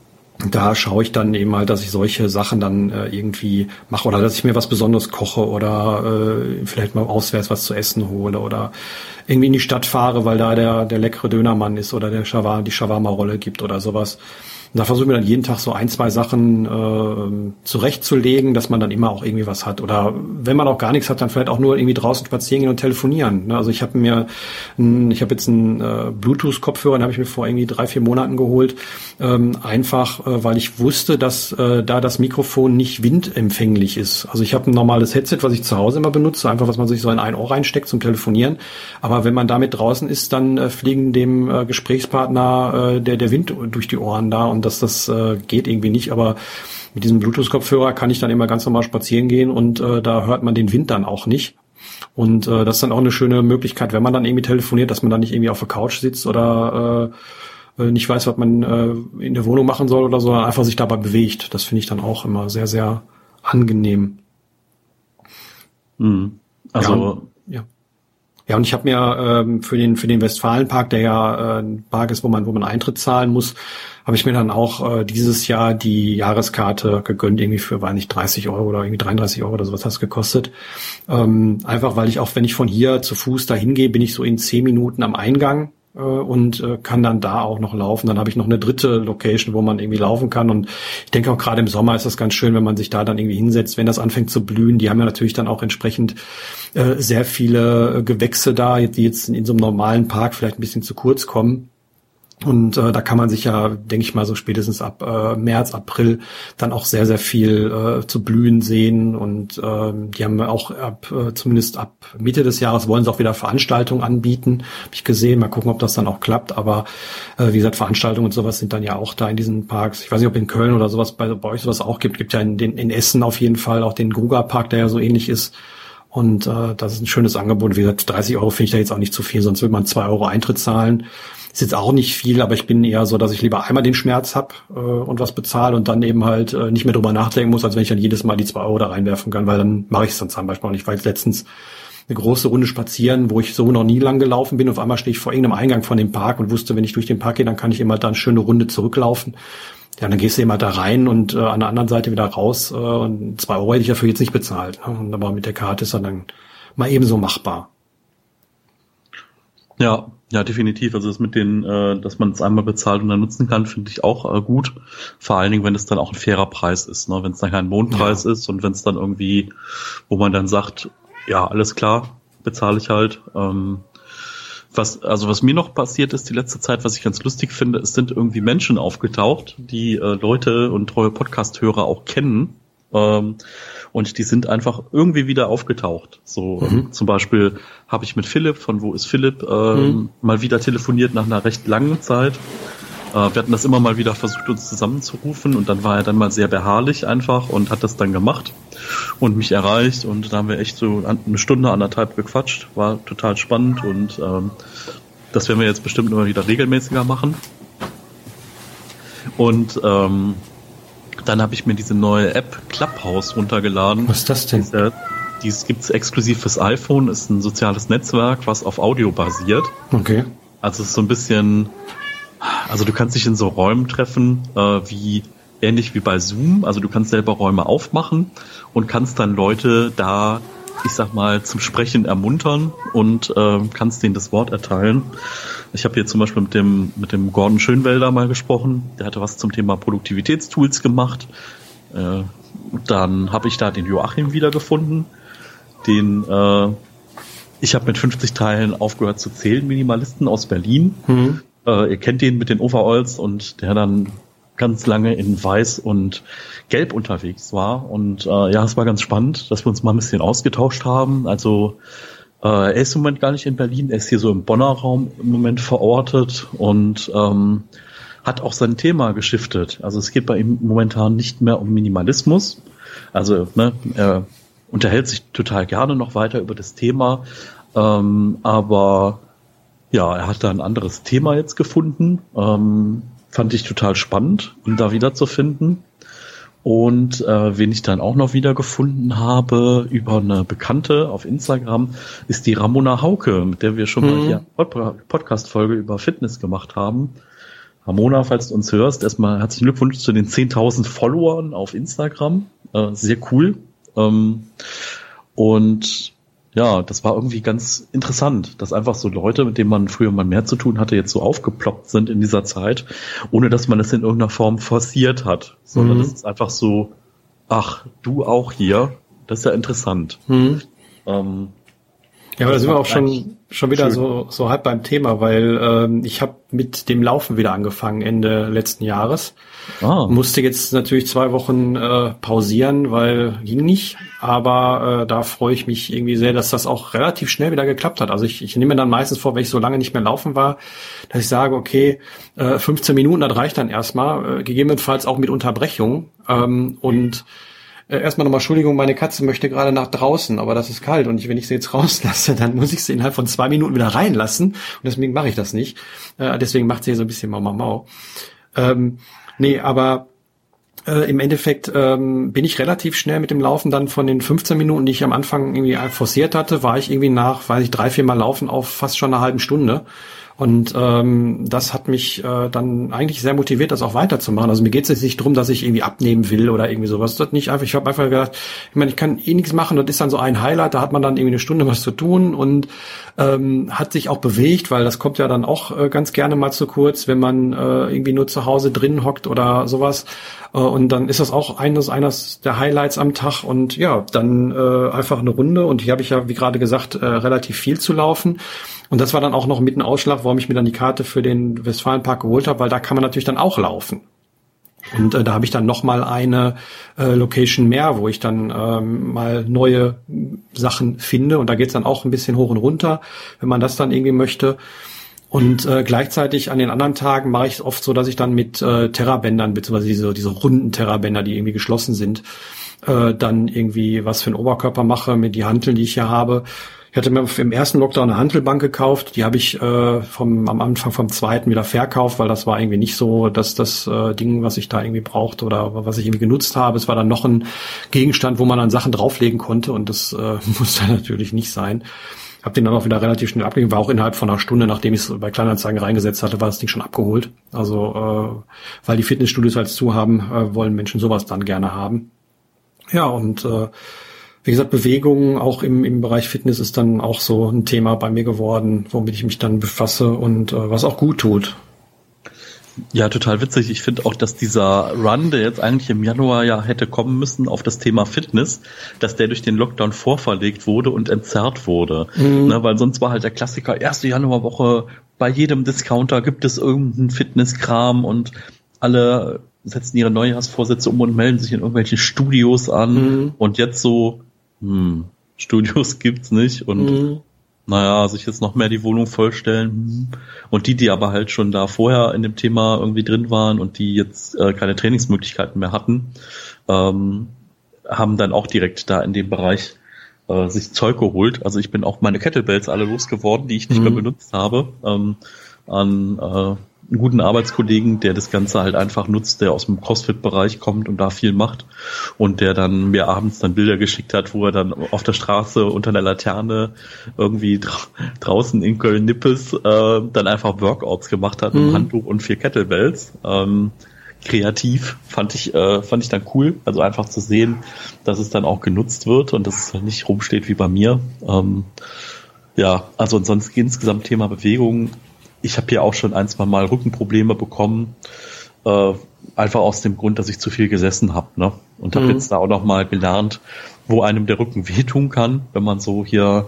Da schaue ich dann eben halt, dass ich solche Sachen dann äh, irgendwie mache, oder dass ich mir was Besonderes koche oder äh, vielleicht mal auswärts was zu essen hole oder irgendwie in die Stadt fahre, weil da der der leckere Dönermann ist oder der Shawarma, die Shawarma-Rolle gibt oder sowas. Und da versuchen wir dann jeden Tag so ein, zwei Sachen äh, zurechtzulegen, dass man dann immer auch irgendwie was hat. Oder wenn man auch gar nichts hat, dann vielleicht auch nur irgendwie draußen spazieren gehen und telefonieren. Ne? Also ich habe mir, ein, ich habe jetzt einen äh, Bluetooth-Kopfhörer, den habe ich mir vor irgendwie drei, vier Monaten geholt. Ähm, einfach, äh, weil ich wusste, dass äh, da das Mikrofon nicht windempfänglich ist. Also ich habe ein normales Headset, was ich zu Hause immer benutze, einfach was man sich so in ein Ohr reinsteckt zum Telefonieren. Aber wenn man damit draußen ist, dann äh, fliegen dem äh, Gesprächspartner äh, der der Wind durch die Ohren da, und dass das äh, geht irgendwie nicht, aber mit diesem Bluetooth-Kopfhörer kann ich dann immer ganz normal spazieren gehen, und äh, da hört man den Wind dann auch nicht. Und äh, das ist dann auch eine schöne Möglichkeit, wenn man dann irgendwie telefoniert, dass man dann nicht irgendwie auf der Couch sitzt oder äh, nicht weiß, was man äh, in der Wohnung machen soll oder so, sondern einfach sich dabei bewegt. Das finde ich dann auch immer sehr, sehr angenehm. Mhm. Also ja, ja. Ja, und ich habe mir ähm, für den für den Westfalenpark, der ja äh, ein Park ist, wo man wo man Eintritt zahlen muss, habe ich mir dann auch äh, dieses Jahr die Jahreskarte gegönnt, irgendwie für, weiß nicht, dreißig Euro oder irgendwie dreiunddreißig Euro oder sowas hat es gekostet. Ähm, einfach, weil ich auch, wenn ich von hier zu Fuß dahin gehe, bin ich so in zehn Minuten am Eingang. äh, und äh, kann dann da auch noch laufen. Dann habe ich noch eine dritte Location, wo man irgendwie laufen kann. Und ich denke auch gerade im Sommer ist das ganz schön, wenn man sich da dann irgendwie hinsetzt, wenn das anfängt zu blühen. Die haben ja natürlich dann auch entsprechend äh, sehr viele äh, Gewächse da, die jetzt in, in so einem normalen Park vielleicht ein bisschen zu kurz kommen. Und äh, da kann man sich ja, denke ich mal, so spätestens ab äh, März, April dann auch sehr, sehr viel äh, zu blühen sehen. Und äh, die haben auch ab, äh, zumindest ab Mitte des Jahres wollen sie auch wieder Veranstaltungen anbieten. Habe ich gesehen, mal gucken, ob das dann auch klappt. Aber äh, wie gesagt, Veranstaltungen und sowas sind dann ja auch da in diesen Parks. Ich weiß nicht, ob in Köln oder sowas bei, bei euch sowas auch gibt. Gibt ja in, den, in Essen auf jeden Fall auch den Gruger-Park, der ja so ähnlich ist. Und äh, das ist ein schönes Angebot. Wie gesagt, dreißig Euro finde ich da jetzt auch nicht zu viel, sonst würde man zwei Euro Eintritt zahlen. Ist jetzt auch nicht viel, aber ich bin eher so, dass ich lieber einmal den Schmerz hab äh, und was bezahle und dann eben halt äh, nicht mehr drüber nachdenken muss, als wenn ich dann jedes Mal die zwei Euro da reinwerfen kann, weil dann mache ich es dann zum Beispiel auch nicht. Ich war jetzt letztens eine große Runde spazieren, wo ich so noch nie lang gelaufen bin. Auf einmal stehe ich vor irgendeinem Eingang von dem Park und wusste, wenn ich durch den Park gehe, dann kann ich immer da eine schöne Runde zurücklaufen. Ja, dann gehst du immer da rein und äh, an der anderen Seite wieder raus äh, und zwei Euro hätte ich dafür jetzt nicht bezahlt. Ne? Und aber mit der Karte ist dann mal ebenso machbar. Ja, ja, definitiv. Also das mit den, äh, dass man es einmal bezahlt und dann nutzen kann, finde ich auch äh, gut. Vor allen Dingen, wenn es dann auch ein fairer Preis ist, ne? Wenn es dann kein Mondpreis ja. ist und wenn es dann irgendwie, wo man dann sagt, ja, alles klar, bezahle ich halt. Ähm, was, also was mir noch passiert ist die letzte Zeit, was ich ganz lustig finde, es sind irgendwie Menschen aufgetaucht, die äh, Leute und treue Podcast-Hörer auch kennen. Ähm, und die sind einfach irgendwie wieder aufgetaucht. So mhm. ähm, zum Beispiel habe ich mit Philipp von Wo ist Philipp ähm, mhm. mal wieder telefoniert nach einer recht langen Zeit. Äh, wir hatten das immer mal wieder versucht, uns zusammenzurufen und dann war er dann mal sehr beharrlich einfach und hat das dann gemacht und mich erreicht und da haben wir echt so eine Stunde, anderthalb gequatscht. War total spannend und ähm, das werden wir jetzt bestimmt immer wieder regelmäßiger machen. Und ähm, dann habe ich mir diese neue App Clubhouse runtergeladen. Was ist das denn? Diese, dieses gibt's exklusiv fürs iPhone, ist ein soziales Netzwerk, was auf Audio basiert. Okay. Also es ist so ein bisschen, also du kannst dich in so Räumen treffen, äh, wie ähnlich wie bei Zoom. Also du kannst selber Räume aufmachen und kannst dann Leute da, ich sag mal, zum Sprechen ermuntern und äh, kannst denen das Wort erteilen. Ich habe hier zum Beispiel mit dem mit dem Gordon Schönwelder mal gesprochen. Der hatte was zum Thema Produktivitätstools gemacht. Äh, dann habe ich da den Joachim wiedergefunden. Den äh, ich habe mit fünfzig Teilen aufgehört zu zählen, Minimalisten aus Berlin. Mhm. Äh, ihr kennt den mit den Overalls und der dann ganz lange in Weiß und Gelb unterwegs war. Und äh, ja, es war ganz spannend, dass wir uns mal ein bisschen ausgetauscht haben. Also äh, er ist im Moment gar nicht in Berlin, er ist hier so im Bonner Raum im Moment verortet und ähm, hat auch sein Thema geschiftet. Also es geht bei ihm momentan nicht mehr um Minimalismus. Also ne, er unterhält sich total gerne noch weiter über das Thema, ähm, aber ja, er hat da ein anderes Thema jetzt gefunden. Ähm, fand ich total spannend, ihn da wiederzufinden. Und äh, wen ich dann auch noch wiedergefunden habe über eine Bekannte auf Instagram, ist die Ramona Hauke, mit der wir schon mhm. mal hier eine Podcast-Folge über Fitness gemacht haben. Ramona, falls du uns hörst, erstmal herzlichen Glückwunsch zu den zehntausend Followern auf Instagram. Äh, sehr cool. Ähm, und ja, das war irgendwie ganz interessant, dass einfach so Leute, mit denen man früher mal mehr zu tun hatte, jetzt so aufgeploppt sind in dieser Zeit, ohne dass man es in irgendeiner Form forciert hat, sondern mhm. das ist einfach so, ach, du auch hier, das ist ja interessant. Mhm. Ähm, ja, aber da sind wir auch schon schon wieder so so halb beim Thema, weil ähm, ich habe mit dem Laufen wieder angefangen Ende letzten Jahres. Ah. Musste jetzt natürlich zwei Wochen äh, pausieren, weil ging nicht. Aber äh, da freue ich mich irgendwie sehr, dass das auch relativ schnell wieder geklappt hat. Also ich, ich nehme mir dann meistens vor, wenn ich so lange nicht mehr laufen war, dass ich sage, okay, äh, fünfzehn Minuten, das reicht dann erstmal, äh, gegebenenfalls auch mit Unterbrechung. Ähm, und äh, erstmal nochmal, Entschuldigung, meine Katze möchte gerade nach draußen, aber das ist kalt und ich, wenn ich sie jetzt rauslasse, dann muss ich sie innerhalb von zwei Minuten wieder reinlassen. Und deswegen mache ich das nicht. Äh, deswegen macht sie hier so ein bisschen Mau, Mau, Mau. Ähm, nee, aber Äh, im Endeffekt ähm, bin ich relativ schnell mit dem Laufen dann von den fünfzehn Minuten, die ich am Anfang irgendwie forciert hatte, war ich irgendwie nach, weiß ich, drei, vier Mal Laufen auf fast schon einer halben Stunde. Und ähm, das hat mich äh, dann eigentlich sehr motiviert, das auch weiterzumachen. Also mir geht es jetzt nicht drum, dass ich irgendwie abnehmen will oder irgendwie sowas. Das nicht einfach. Ich habe einfach gedacht, ich meine, ich kann eh nichts machen. Das ist dann so ein Highlight. Da hat man dann irgendwie eine Stunde was zu tun und ähm, hat sich auch bewegt, weil das kommt ja dann auch äh, ganz gerne mal zu kurz, wenn man äh, irgendwie nur zu Hause drin hockt oder sowas. Äh, und dann ist das auch eines eines der Highlights am Tag. Und ja, dann äh, einfach eine Runde. Und hier habe ich ja, wie gerade gesagt, äh, relativ viel zu laufen. Und das war dann auch noch mit einem Ausschlag, warum ich mir dann die Karte für den Westfalenpark geholt habe, weil da kann man natürlich dann auch laufen. Und äh, da habe ich dann noch mal eine äh, Location mehr, wo ich dann ähm, mal neue Sachen finde. Und da geht's dann auch ein bisschen hoch und runter, wenn man das dann irgendwie möchte. Und äh, gleichzeitig an den anderen Tagen mache ich es oft so, dass ich dann mit äh, Terrabändern, beziehungsweise diese, diese runden Terrabänder, die irgendwie geschlossen sind, äh, dann irgendwie was für einen Oberkörper mache, mit die Hanteln, die ich hier habe. Ich hatte mir im ersten Lockdown eine Hantelbank gekauft, die habe ich äh, vom am Anfang vom zweiten wieder verkauft, weil das war irgendwie nicht so das das äh, Ding, was ich da irgendwie brauchte oder was ich irgendwie genutzt habe. Es war dann noch ein Gegenstand, wo man dann Sachen drauflegen konnte und das äh, muss dann natürlich nicht sein. Hab den dann auch wieder relativ schnell abgegeben, war auch innerhalb von einer Stunde, nachdem ich es bei Kleinanzeigen reingesetzt hatte, war das Ding schon abgeholt. Also äh, weil die Fitnessstudios halt zu haben, äh, wollen Menschen sowas dann gerne haben. Ja, und äh, wie gesagt, Bewegung auch im, im Bereich Fitness ist dann auch so ein Thema bei mir geworden, womit ich mich dann befasse und äh, was auch gut tut. Ja, total witzig. Ich finde auch, dass dieser Run, der jetzt eigentlich im Januar ja hätte kommen müssen auf das Thema Fitness, dass der durch den Lockdown vorverlegt wurde und entzerrt wurde. Mhm. Ne, weil sonst war halt der Klassiker, erste Januarwoche, bei jedem Discounter gibt es irgendeinen Fitnesskram und alle setzen ihre Neujahrsvorsätze um und melden sich in irgendwelchen Studios an. Mhm. Und jetzt so, hm, Studios gibt's nicht und mhm. naja, sich jetzt noch mehr die Wohnung vollstellen. Und die, die aber halt schon da vorher in dem Thema irgendwie drin waren und die jetzt äh, keine Trainingsmöglichkeiten mehr hatten, ähm, haben dann auch direkt da in dem Bereich äh, sich Zeug geholt. Also ich bin auch meine Kettlebells alle losgeworden, die ich nicht mhm. mehr benutzt habe, ähm, an äh, einen guten Arbeitskollegen, der das Ganze halt einfach nutzt, der aus dem CrossFit-Bereich kommt und da viel macht und der dann mir abends dann Bilder geschickt hat, wo er dann auf der Straße unter einer Laterne irgendwie dra- draußen in Köln-Nippes äh, dann einfach Workouts gemacht hat mit mhm. einem Handtuch und vier Kettlebells. Ähm, kreativ fand ich äh, fand ich dann cool, also einfach zu sehen, dass es dann auch genutzt wird und dass es nicht rumsteht wie bei mir. Ähm, ja, also ansonsten insgesamt Thema Bewegung. Ich habe hier auch schon ein, zwei Mal Rückenprobleme bekommen, äh, einfach aus dem Grund, dass ich zu viel gesessen habe, ne? Und habe mhm. jetzt da auch noch mal gelernt, wo einem der Rücken wehtun kann, wenn man so hier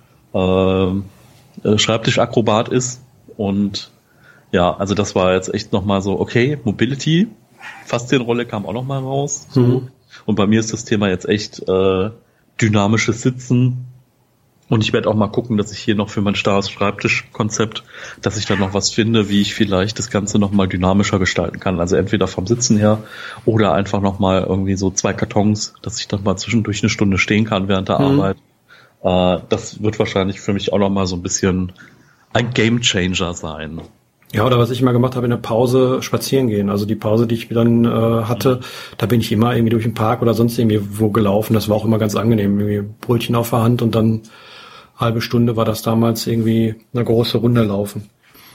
äh, Schreibtischakrobat ist. Und ja, also das war jetzt echt noch mal so, okay, Mobility, Faszienrolle kam auch noch mal raus. So. Mhm. Und bei mir ist das Thema jetzt echt äh, dynamisches Sitzen. Und ich werde auch mal gucken, dass ich hier noch für mein starres Schreibtischkonzept, dass ich da noch was finde, wie ich vielleicht das Ganze noch mal dynamischer gestalten kann. Also entweder vom Sitzen her oder einfach noch mal irgendwie so zwei Kartons, dass ich dann mal zwischendurch eine Stunde stehen kann während der mhm. Arbeit. Äh, das wird wahrscheinlich für mich auch noch mal so ein bisschen ein Gamechanger sein. Ja, oder was ich immer gemacht habe, in der Pause spazieren gehen. Also die Pause, die ich dann äh, hatte, da bin ich immer irgendwie durch den Park oder sonst irgendwie wo gelaufen. Das war auch immer ganz angenehm. Irgendwie Brötchen auf der Hand und dann halbe Stunde war das damals irgendwie eine große Runde laufen.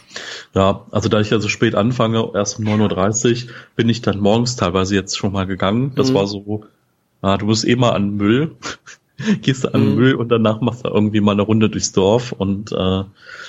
Ja, also da ich ja so spät anfange, erst um neun Uhr dreißig, bin ich dann morgens teilweise jetzt schon mal gegangen. Das mhm. war so, ah, du musst eh mal an den Müll, gehst du an den mhm. Müll und danach machst du irgendwie mal eine Runde durchs Dorf und äh,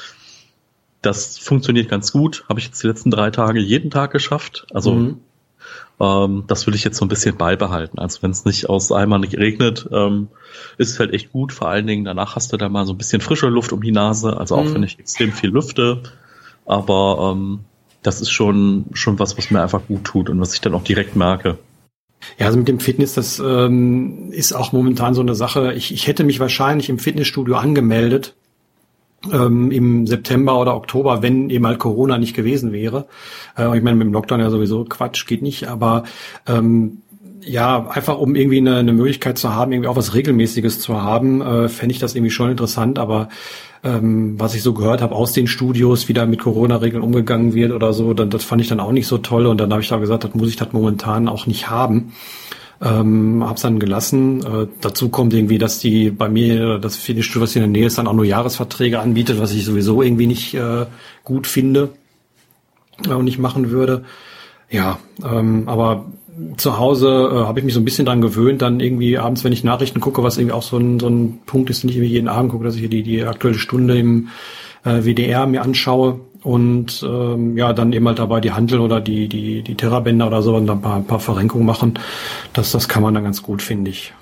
das funktioniert ganz gut. Habe ich jetzt die letzten drei Tage jeden Tag geschafft. Also mhm. ähm, das will ich jetzt so ein bisschen beibehalten. Also wenn es nicht aus Eimern regnet, ähm, ist es halt echt gut. Vor allen Dingen danach hast du da mal so ein bisschen frische Luft um die Nase. Also auch mhm. wenn ich extrem viel lüfte. Aber ähm, das ist schon schon was, was mir einfach gut tut und was ich dann auch direkt merke. Ja, also mit dem Fitness, das ähm, ist auch momentan so eine Sache. Ich, ich hätte mich wahrscheinlich im Fitnessstudio angemeldet, Ähm, im September oder Oktober, wenn eben halt Corona nicht gewesen wäre. Äh, ich meine, mit dem Lockdown ja sowieso Quatsch, geht nicht, aber ähm, ja, einfach um irgendwie eine, eine Möglichkeit zu haben, irgendwie auch was Regelmäßiges zu haben, äh, fände ich das irgendwie schon interessant, aber ähm, was ich so gehört habe aus den Studios, wie da mit Corona-Regeln umgegangen wird oder so, dann, das fand ich dann auch nicht so toll und dann habe ich da gesagt, das muss ich das momentan auch nicht haben. Ähm, hab's dann gelassen. Äh, dazu kommt irgendwie, dass die bei mir, das Fitnessstudio, was hier in der Nähe ist, dann auch nur Jahresverträge anbietet, was ich sowieso irgendwie nicht äh, gut finde äh, und nicht machen würde. Ja, ähm, aber zu Hause äh, habe ich mich so ein bisschen dran gewöhnt, dann irgendwie abends, wenn ich Nachrichten gucke, was irgendwie auch so ein, so ein Punkt ist, den ich irgendwie jeden Abend gucke, dass ich hier die, die aktuelle Stunde im äh, W D R mir anschaue und ähm, ja, dann eben halt dabei die Hantel oder die die die Terrabänder oder so und dann ein paar, ein paar Verrenkungen machen. Das, das kann man dann ganz gut, finde ich.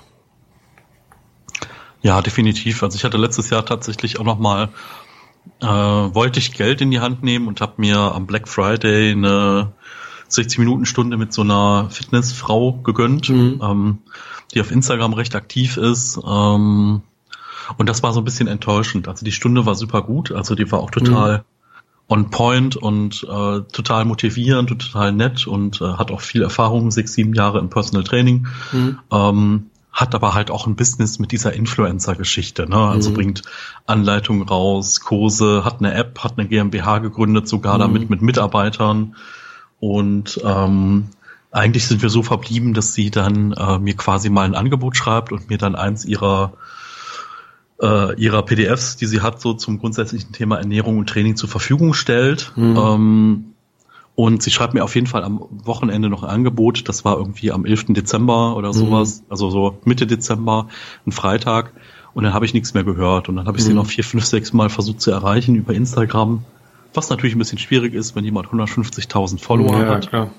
Ja, definitiv. Also ich hatte letztes Jahr tatsächlich auch nochmal, äh, wollte ich Geld in die Hand nehmen und habe mir am Black Friday eine sechzig-Minuten-Stunde mit so einer Fitnessfrau gegönnt, mhm. ähm, die auf Instagram recht aktiv ist. Ähm, und das war so ein bisschen enttäuschend. Also die Stunde war super gut, also die war auch total mhm. on point und äh, total motivierend und total nett und äh, hat auch viel Erfahrung, sechs, sieben Jahre im Personal Training. Mhm. Ähm, hat aber halt auch ein Business mit dieser Influencer-Geschichte, ne? Also mhm. bringt Anleitungen raus, Kurse, hat eine App, hat eine GmbH gegründet, sogar mhm. damit mit Mitarbeitern. Und ähm, eigentlich sind wir so verblieben, dass sie dann äh, mir quasi mal ein Angebot schreibt und mir dann eins ihrer äh, ihrer P D Fs, die sie hat, so zum grundsätzlichen Thema Ernährung und Training zur Verfügung stellt. Mhm. Ähm, und sie schreibt mir auf jeden Fall am Wochenende noch ein Angebot. Das war irgendwie am elften Dezember oder sowas, mhm. also so Mitte Dezember, ein Freitag. Und dann habe ich nichts mehr gehört. Und dann habe ich mhm. sie noch vier, fünf, sechs Mal versucht zu erreichen über Instagram. Was natürlich ein bisschen schwierig ist, wenn jemand hundertfünfzigtausend Follower ja, hat. Klar.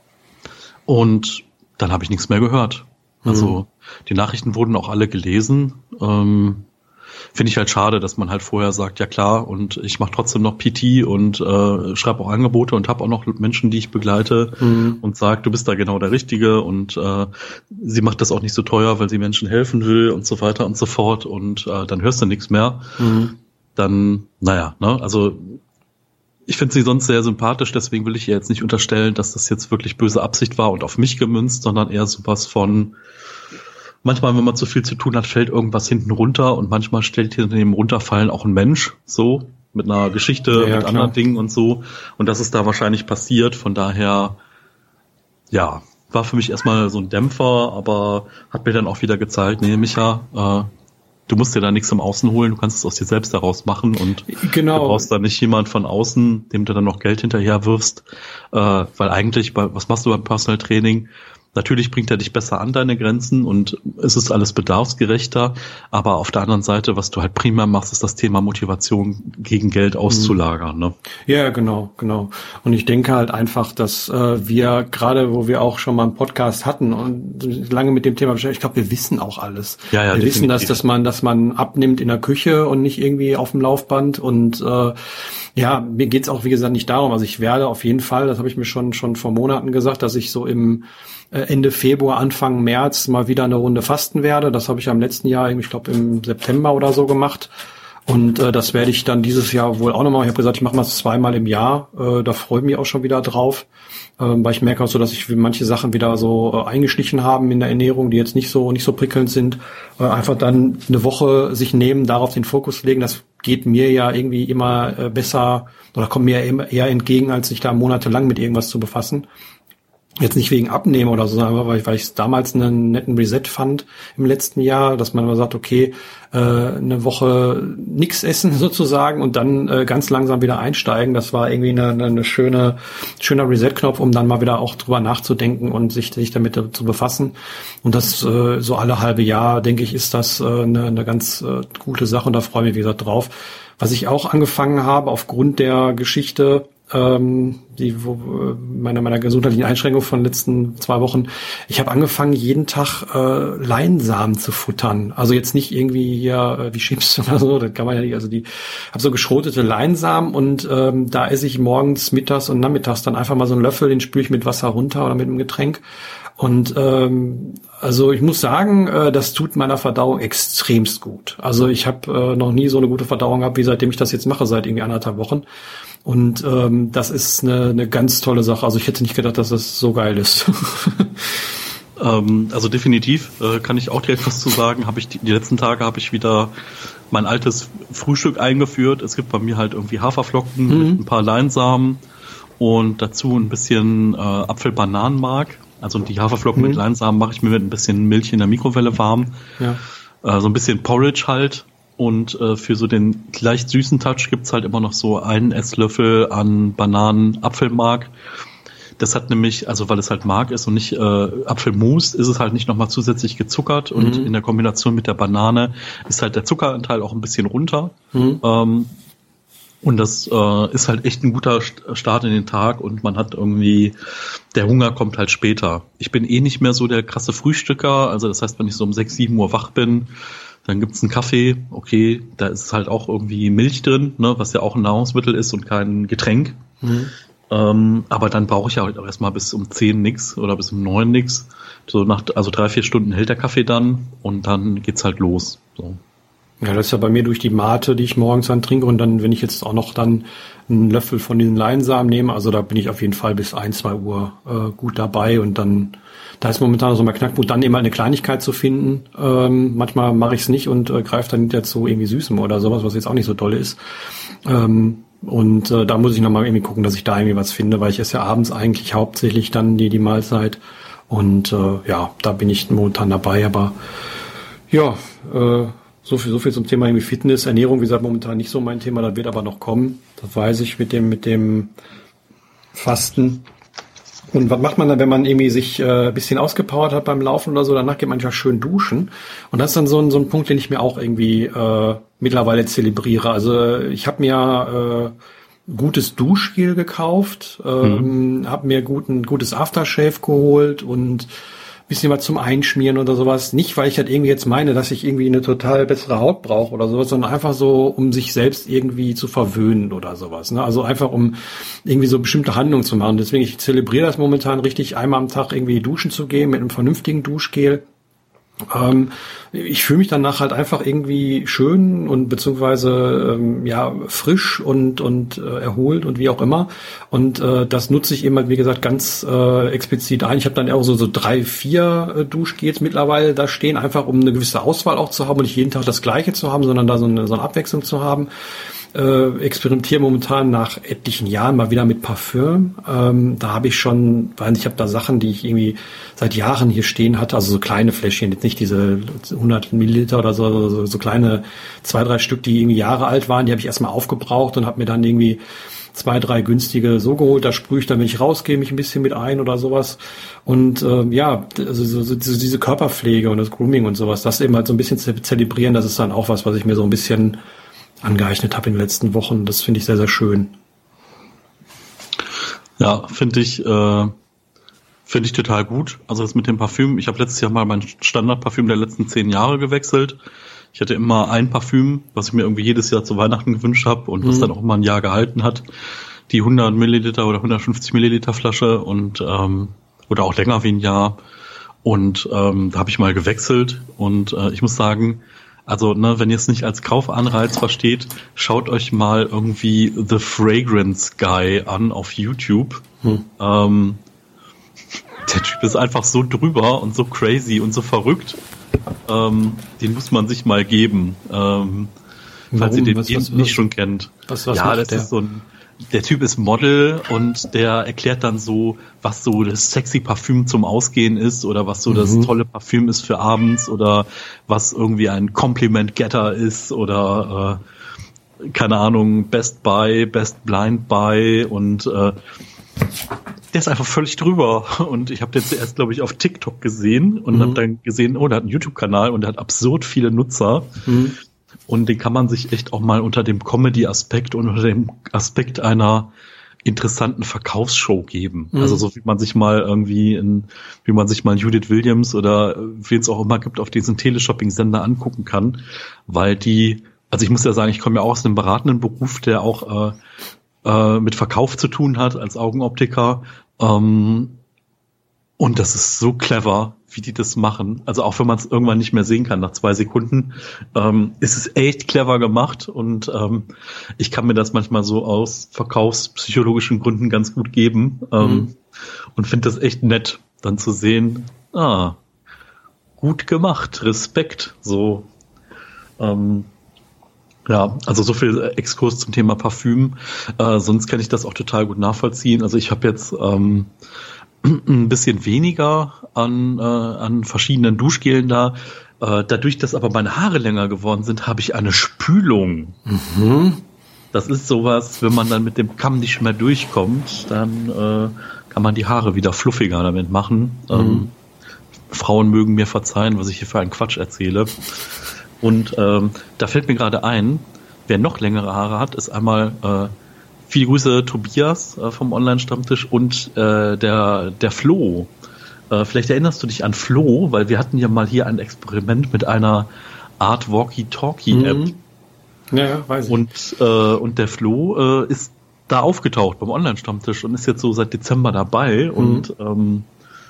Und dann habe ich nichts mehr gehört. Also mhm. die Nachrichten wurden auch alle gelesen. Ähm, Finde ich halt schade, dass man halt vorher sagt, ja klar, und ich mache trotzdem noch P T und äh, schreibe auch Angebote und habe auch noch Menschen, die ich begleite mhm. und sage, du bist da genau der Richtige und äh, sie macht das auch nicht so teuer, weil sie Menschen helfen will und so weiter und so fort und äh, dann hörst du nichts mehr. Mhm. Dann, naja, ne, also ich finde sie sonst sehr sympathisch, deswegen will ich ihr jetzt nicht unterstellen, dass das jetzt wirklich böse Absicht war und auf mich gemünzt, sondern eher sowas von, manchmal, wenn man zu viel zu tun hat, fällt irgendwas hinten runter und manchmal stellt hinter dem Runterfallen auch ein Mensch, so, mit einer Geschichte, ja, ja, mit klar. anderen Dingen und so. Und das ist da wahrscheinlich passiert, von daher, ja, war für mich erstmal so ein Dämpfer, aber hat mir dann auch wieder gezeigt, nee, Micha, äh, du musst dir da nichts im Außen holen, du kannst es aus dir selbst heraus machen und genau. du brauchst da nicht jemand von außen, dem du dann noch Geld hinterher wirfst, äh, weil eigentlich, bei, was machst du beim Personal Training? Natürlich bringt er dich besser an deine Grenzen und es ist alles bedarfsgerechter, aber auf der anderen Seite, was du halt primär machst, ist das Thema Motivation gegen Geld auszulagern. Ne? Ja, genau, genau. Und ich denke halt einfach, dass äh, wir gerade, wo wir auch schon mal einen Podcast hatten und lange mit dem Thema beschäftigt, ich glaube, wir wissen auch alles. Ja, ja, wir definitiv. wissen, dass, dass man, dass man abnimmt in der Küche und nicht irgendwie auf dem Laufband und äh, ja, mir geht's auch, wie gesagt, nicht darum. Also ich werde auf jeden Fall, das habe ich mir schon schon vor Monaten gesagt, dass ich so im Ende Februar, Anfang März mal wieder eine Runde fasten werde. Das habe ich am letzten Jahr, ich glaube im September oder so gemacht. Und äh, das werde ich dann dieses Jahr wohl auch nochmal. Ich habe gesagt, ich mache mal zweimal im Jahr. Äh, da freue ich mich auch schon wieder drauf. Äh, weil ich merke auch so, dass ich manche Sachen wieder so äh, eingeschlichen haben in der Ernährung, die jetzt nicht so nicht so prickelnd sind. Äh, einfach dann eine Woche sich nehmen, darauf den Fokus legen. Das geht mir ja irgendwie immer äh, besser oder kommt mir eher, eher entgegen, als sich da monatelang mit irgendwas zu befassen. Jetzt nicht wegen Abnehmen oder so, sondern weil ich, weil ich es damals einen netten Reset fand im letzten Jahr, dass man immer sagt, okay, äh, eine Woche nix essen sozusagen und dann äh, ganz langsam wieder einsteigen. Das war irgendwie eine, eine schöne, schöner Reset-Knopf, um dann mal wieder auch drüber nachzudenken und sich, sich damit zu befassen. Und das äh, so alle halbe Jahr, denke ich, ist das äh, eine, eine ganz äh, gute Sache und da freue ich mich, wie gesagt, drauf. Was ich auch angefangen habe aufgrund der Geschichte, ähm, die wo, meiner meiner gesundheitlichen Einschränkung von den letzten zwei Wochen. Ich habe angefangen, jeden Tag äh, Leinsamen zu futtern. Also jetzt nicht irgendwie hier äh, wie Chips oder so, das kann man ja nicht. Also die habe so geschrotete Leinsamen und ähm, da esse ich morgens, mittags und nachmittags dann einfach mal so einen Löffel, den spüle ich mit Wasser runter oder mit einem Getränk. Und ähm, also ich muss sagen, äh, das tut meiner Verdauung extremst gut. Also ich habe äh, noch nie so eine gute Verdauung gehabt, wie seitdem ich das jetzt mache, seit irgendwie anderthalb Wochen. Und ähm, das ist eine, eine ganz tolle Sache. Also ich hätte nicht gedacht, dass das so geil ist. ähm, also definitiv äh, kann ich auch direkt was zu sagen. Habe ich die, die letzten Tage habe ich wieder mein altes Frühstück eingeführt. Es gibt bei mir halt irgendwie Haferflocken mhm. mit ein paar Leinsamen und dazu ein bisschen äh, Apfel-Bananenmark. Also die Haferflocken Mhm. mit Leinsamen mache ich mir mit ein bisschen Milch in der Mikrowelle warm. Ja. Äh, so ein bisschen Porridge halt. Und äh, für so den leicht süßen Touch gibt's halt immer noch so einen Esslöffel an Bananen-Apfelmark. Das hat nämlich, also weil es halt Mark ist und nicht äh, Apfelmus, ist es halt nicht nochmal zusätzlich gezuckert. Und Mhm. in der Kombination mit der Banane ist halt der Zuckeranteil auch ein bisschen runter. Mhm. Ähm, und das äh, ist halt echt ein guter Start in den Tag und man hat irgendwie, der Hunger kommt halt später. Ich bin eh nicht mehr so der krasse Frühstücker, also das heißt, wenn ich so um sechs, sieben Uhr wach bin, dann gibt's einen Kaffee, okay, da ist halt auch irgendwie Milch drin, ne, was ja auch ein Nahrungsmittel ist und kein Getränk. Mhm. Ähm, aber dann brauche ich ja halt auch erstmal bis um zehn nix oder bis um neun nix. So nach, also drei, vier Stunden hält der Kaffee dann und dann geht's halt los. So. Ja, das ist ja bei mir durch die Mate, die ich morgens dann trinke und dann, wenn ich jetzt auch noch dann einen Löffel von diesen Leinsamen nehme, also da bin ich auf jeden Fall bis ein, zwei Uhr äh, gut dabei und dann, da ist momentan so mein Knackpunkt, dann immer eine Kleinigkeit zu finden. Ähm, manchmal mache ich es nicht und äh, greife dann hinterher zu irgendwie Süßem oder sowas, was jetzt auch nicht so toll ist. Ähm, und äh, da muss ich nochmal irgendwie gucken, dass ich da irgendwie was finde, weil ich esse ja abends eigentlich hauptsächlich dann die, die Mahlzeit und äh, ja, da bin ich momentan dabei, aber ja, äh, So viel, so viel zum Thema irgendwie Fitness, Ernährung, wie gesagt, momentan nicht so mein Thema, das wird aber noch kommen. Das weiß ich mit dem, mit dem Fasten. Und was macht man dann, wenn man irgendwie sich äh, ein bisschen ausgepowert hat beim Laufen oder so? Danach geht man ja schön duschen. Und das ist dann so ein, so ein Punkt, den ich mir auch irgendwie äh, mittlerweile zelebriere. Also ich habe mir äh, gutes Duschgel gekauft, ähm, mhm. habe mir guten, gutes Aftershave geholt und bisschen was zum Einschmieren oder sowas. Nicht, weil ich halt irgendwie jetzt meine, dass ich irgendwie eine total bessere Haut brauche oder sowas, sondern einfach so, um sich selbst irgendwie zu verwöhnen oder sowas. Ne? Also einfach, um irgendwie so bestimmte Handlungen zu machen. Deswegen, ich zelebriere das momentan richtig, einmal am Tag irgendwie duschen zu gehen mit einem vernünftigen Duschgel. Ähm, ich fühle mich danach halt einfach irgendwie schön und beziehungsweise ähm, ja frisch und und äh, erholt und wie auch immer und äh, das nutze ich immer, wie gesagt, ganz äh, explizit ein. Ich habe dann auch so so drei, vier äh, Duschgels mittlerweile da stehen, einfach um eine gewisse Auswahl auch zu haben und nicht jeden Tag das Gleiche zu haben, sondern da so eine, so eine Abwechslung zu haben. Äh, experimentiere momentan nach etlichen Jahren mal wieder mit Parfüm. Ähm, da habe ich schon, weil ich habe da Sachen, die ich irgendwie seit Jahren hier stehen hatte, also so kleine Fläschchen, jetzt nicht diese hundert Milliliter oder so, so, so kleine zwei, drei Stück, die irgendwie Jahre alt waren, die habe ich erstmal aufgebraucht und habe mir dann irgendwie zwei, drei günstige so geholt, da sprühe ich dann, wenn ich rausgehe, mich ein bisschen mit ein oder sowas. Und äh, ja, also so, so, diese Körperpflege und das Grooming und sowas, das eben halt so ein bisschen zu zelebrieren, das ist dann auch was, was ich mir so ein bisschen angeeignet habe in den letzten Wochen. Das finde ich sehr, sehr schön. Ja, finde ich, äh, finde ich total gut. Also das mit dem Parfüm, ich habe letztes Jahr mal mein Standardparfüm der letzten zehn Jahre gewechselt. Ich hatte immer ein Parfüm, was ich mir irgendwie jedes Jahr zu Weihnachten gewünscht habe und was mhm. dann auch immer ein Jahr gehalten hat. Die hundert Milliliter oder hundertfünfzig Milliliter Flasche und ähm, oder auch länger wie ein Jahr. Und ähm, da habe ich mal gewechselt und äh, ich muss sagen, also, ne, wenn ihr es nicht als Kaufanreiz versteht, schaut euch mal irgendwie The Fragrance Guy an auf YouTube. Hm. Ähm, der Typ ist einfach so drüber und so crazy und so verrückt. Ähm, den muss man sich mal geben. Ähm, falls ihr den was, was, nicht was, schon kennt. Was, was ja, das der? ist so ein, der Typ ist Model und der erklärt dann so, was so das sexy Parfüm zum Ausgehen ist oder was so mhm. das tolle Parfüm ist für abends oder was irgendwie ein Compliment-Getter ist oder äh, keine Ahnung, Best Buy, Best Blind Buy und äh, der ist einfach völlig drüber und ich habe den zuerst, glaube ich, auf TikTok gesehen und mhm. habe dann gesehen, oh, der hat einen YouTube-Kanal und der hat absurd viele Nutzer. Mhm. Und den kann man sich echt auch mal unter dem Comedy-Aspekt und unter dem Aspekt einer interessanten Verkaufsshow geben. Mhm. Also so wie man sich mal irgendwie, in, wie man sich mal Judith Williams oder wen es auch immer gibt, auf diesen Teleshopping-Sender angucken kann. Weil die, also ich muss ja sagen, ich komme ja auch aus einem beratenden Beruf, der auch äh, äh, mit Verkauf zu tun hat als Augenoptiker. Ähm, und das ist so clever, wie die das machen. Also auch wenn man es irgendwann nicht mehr sehen kann nach zwei Sekunden, ähm, ist es echt clever gemacht und ähm, ich kann mir das manchmal so aus verkaufspsychologischen Gründen ganz gut geben ähm, mhm. und finde das echt nett, dann zu sehen, ah, gut gemacht, Respekt, so. Ähm, ja, also so viel Exkurs zum Thema Parfüm, äh, sonst kann ich das auch total gut nachvollziehen. Also ich habe jetzt ähm, ein bisschen weniger an, äh, an verschiedenen Duschgelen da. Äh, dadurch, dass aber meine Haare länger geworden sind, habe ich eine Spülung. Mhm. Das ist sowas, wenn man dann mit dem Kamm nicht mehr durchkommt, dann äh, kann man die Haare wieder fluffiger damit machen. Mhm. Ähm, Frauen mögen mir verzeihen, was ich hier für einen Quatsch erzähle. Und ähm, da fällt mir gerade ein, wer noch längere Haare hat, ist einmal äh, viele Grüße Tobias äh, vom Online-Stammtisch und äh, der der Flo. Äh, vielleicht erinnerst du dich an Flo, weil wir hatten ja mal hier ein Experiment mit einer Art Walkie-Talkie-App. Mhm. Ja, ja, weiß ich. Und, äh, und der Flo äh, ist da aufgetaucht beim Online-Stammtisch und ist jetzt so seit Dezember dabei. Mhm. Und ähm,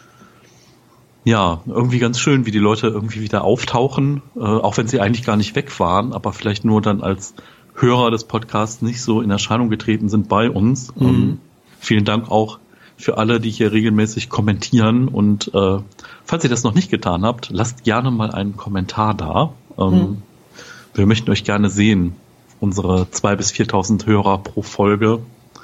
ja, irgendwie ganz schön, wie die Leute irgendwie wieder auftauchen, äh, auch wenn sie eigentlich gar nicht weg waren, aber vielleicht nur dann als Hörer des Podcasts nicht so in Erscheinung getreten sind bei uns. Mhm. Ähm, vielen Dank auch für alle, die hier regelmäßig kommentieren. Und äh, falls ihr das noch nicht getan habt, lasst gerne mal einen Kommentar da. Ähm, mhm. Wir möchten euch gerne sehen, unsere zweitausend bis viertausend Hörer pro Folge.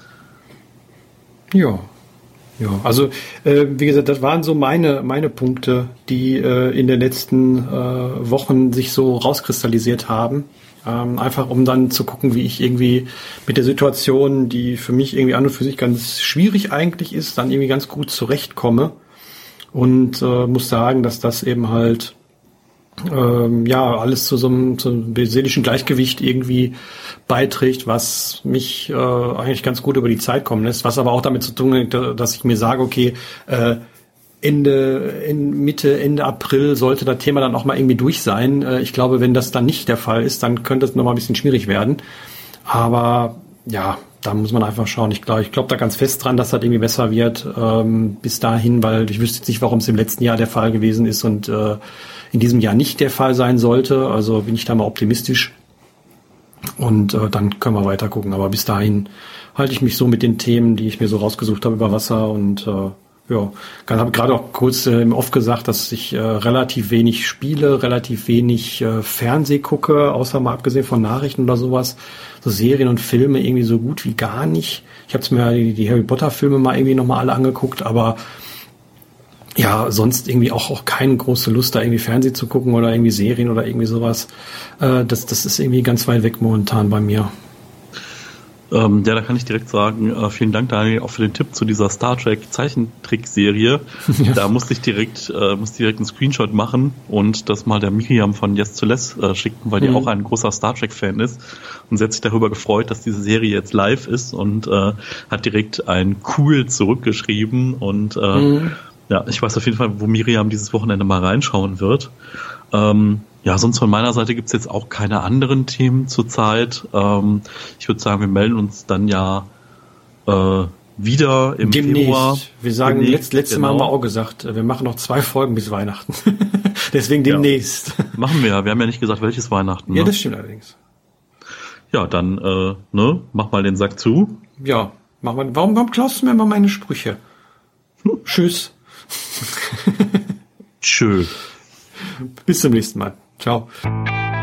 Ja, ja. Also äh, wie gesagt, das waren so meine meine Punkte, die äh, in den letzten äh, Wochen sich so rauskristallisiert haben. Ähm, einfach um dann zu gucken, wie ich irgendwie mit der Situation, die für mich irgendwie an und für sich ganz schwierig eigentlich ist, dann irgendwie ganz gut zurechtkomme. Und äh, muss sagen, dass das eben halt ähm, ja alles zu so einem, zu einem seelischen Gleichgewicht irgendwie beiträgt, was mich äh, eigentlich ganz gut über die Zeit kommen lässt, was aber auch damit zu tun hat, dass ich mir sage, okay, äh, Ende, in Mitte, Ende April sollte das Thema dann auch mal irgendwie durch sein. Äh, ich glaube, wenn das dann nicht der Fall ist, dann könnte es noch mal ein bisschen schwierig werden. Aber ja, da muss man einfach schauen. Ich glaube, ich glaube da ganz fest dran, dass das irgendwie besser wird ähm, bis dahin, weil ich wüsste jetzt nicht, warum es im letzten Jahr der Fall gewesen ist und äh, in diesem Jahr nicht der Fall sein sollte. Also bin ich da mal optimistisch. Und äh, dann können wir weiter gucken. Aber bis dahin halte ich mich so mit den Themen, die ich mir so rausgesucht habe über Wasser. Und äh, ja, ich habe gerade auch kurz äh, im Off gesagt, dass ich äh, relativ wenig spiele, relativ wenig äh, Fernseh gucke, außer mal abgesehen von Nachrichten oder sowas. So Serien und Filme irgendwie so gut wie gar nicht. Ich habe mir die, die Harry Potter Filme mal irgendwie nochmal alle angeguckt, aber ja, sonst irgendwie auch, auch keine große Lust, da irgendwie Fernsehen zu gucken oder irgendwie Serien oder irgendwie sowas. Äh, das, das ist irgendwie ganz weit weg momentan bei mir. Ähm, ja, da kann ich direkt sagen, äh, vielen Dank, Daniel, auch für den Tipp zu dieser Star Trek Zeichentrickserie. Ja. Da musste ich direkt, äh, musste direkt einen Screenshot machen und das mal der Miriam von Yes to Less äh, schicken, weil die mhm. auch ein großer Star Trek Fan ist und sie hat sich darüber gefreut, dass diese Serie jetzt live ist und äh, hat direkt ein cool zurückgeschrieben und äh, mhm. ja, ich weiß auf jeden Fall, wo Miriam dieses Wochenende mal reinschauen wird. Ähm, ja, sonst von meiner Seite gibt's jetzt auch keine anderen Themen zurzeit. Ähm, ich würde sagen, wir melden uns dann ja äh, wieder im Demnächst. Februar. Wir sagen, letzt, letztes genau. Mal haben wir auch gesagt, wir machen noch zwei Folgen bis Weihnachten. Deswegen demnächst. Ja. Machen wir ja. Wir haben ja nicht gesagt, welches Weihnachten. Ja, ne? Das stimmt allerdings. Ja, dann äh, ne, mach mal den Sack zu. Ja, mach mal. Warum, warum klaust du mir immer meine Sprüche? Hm. Tschüss. Tschö. Bis zum nächsten Mal. Ciao.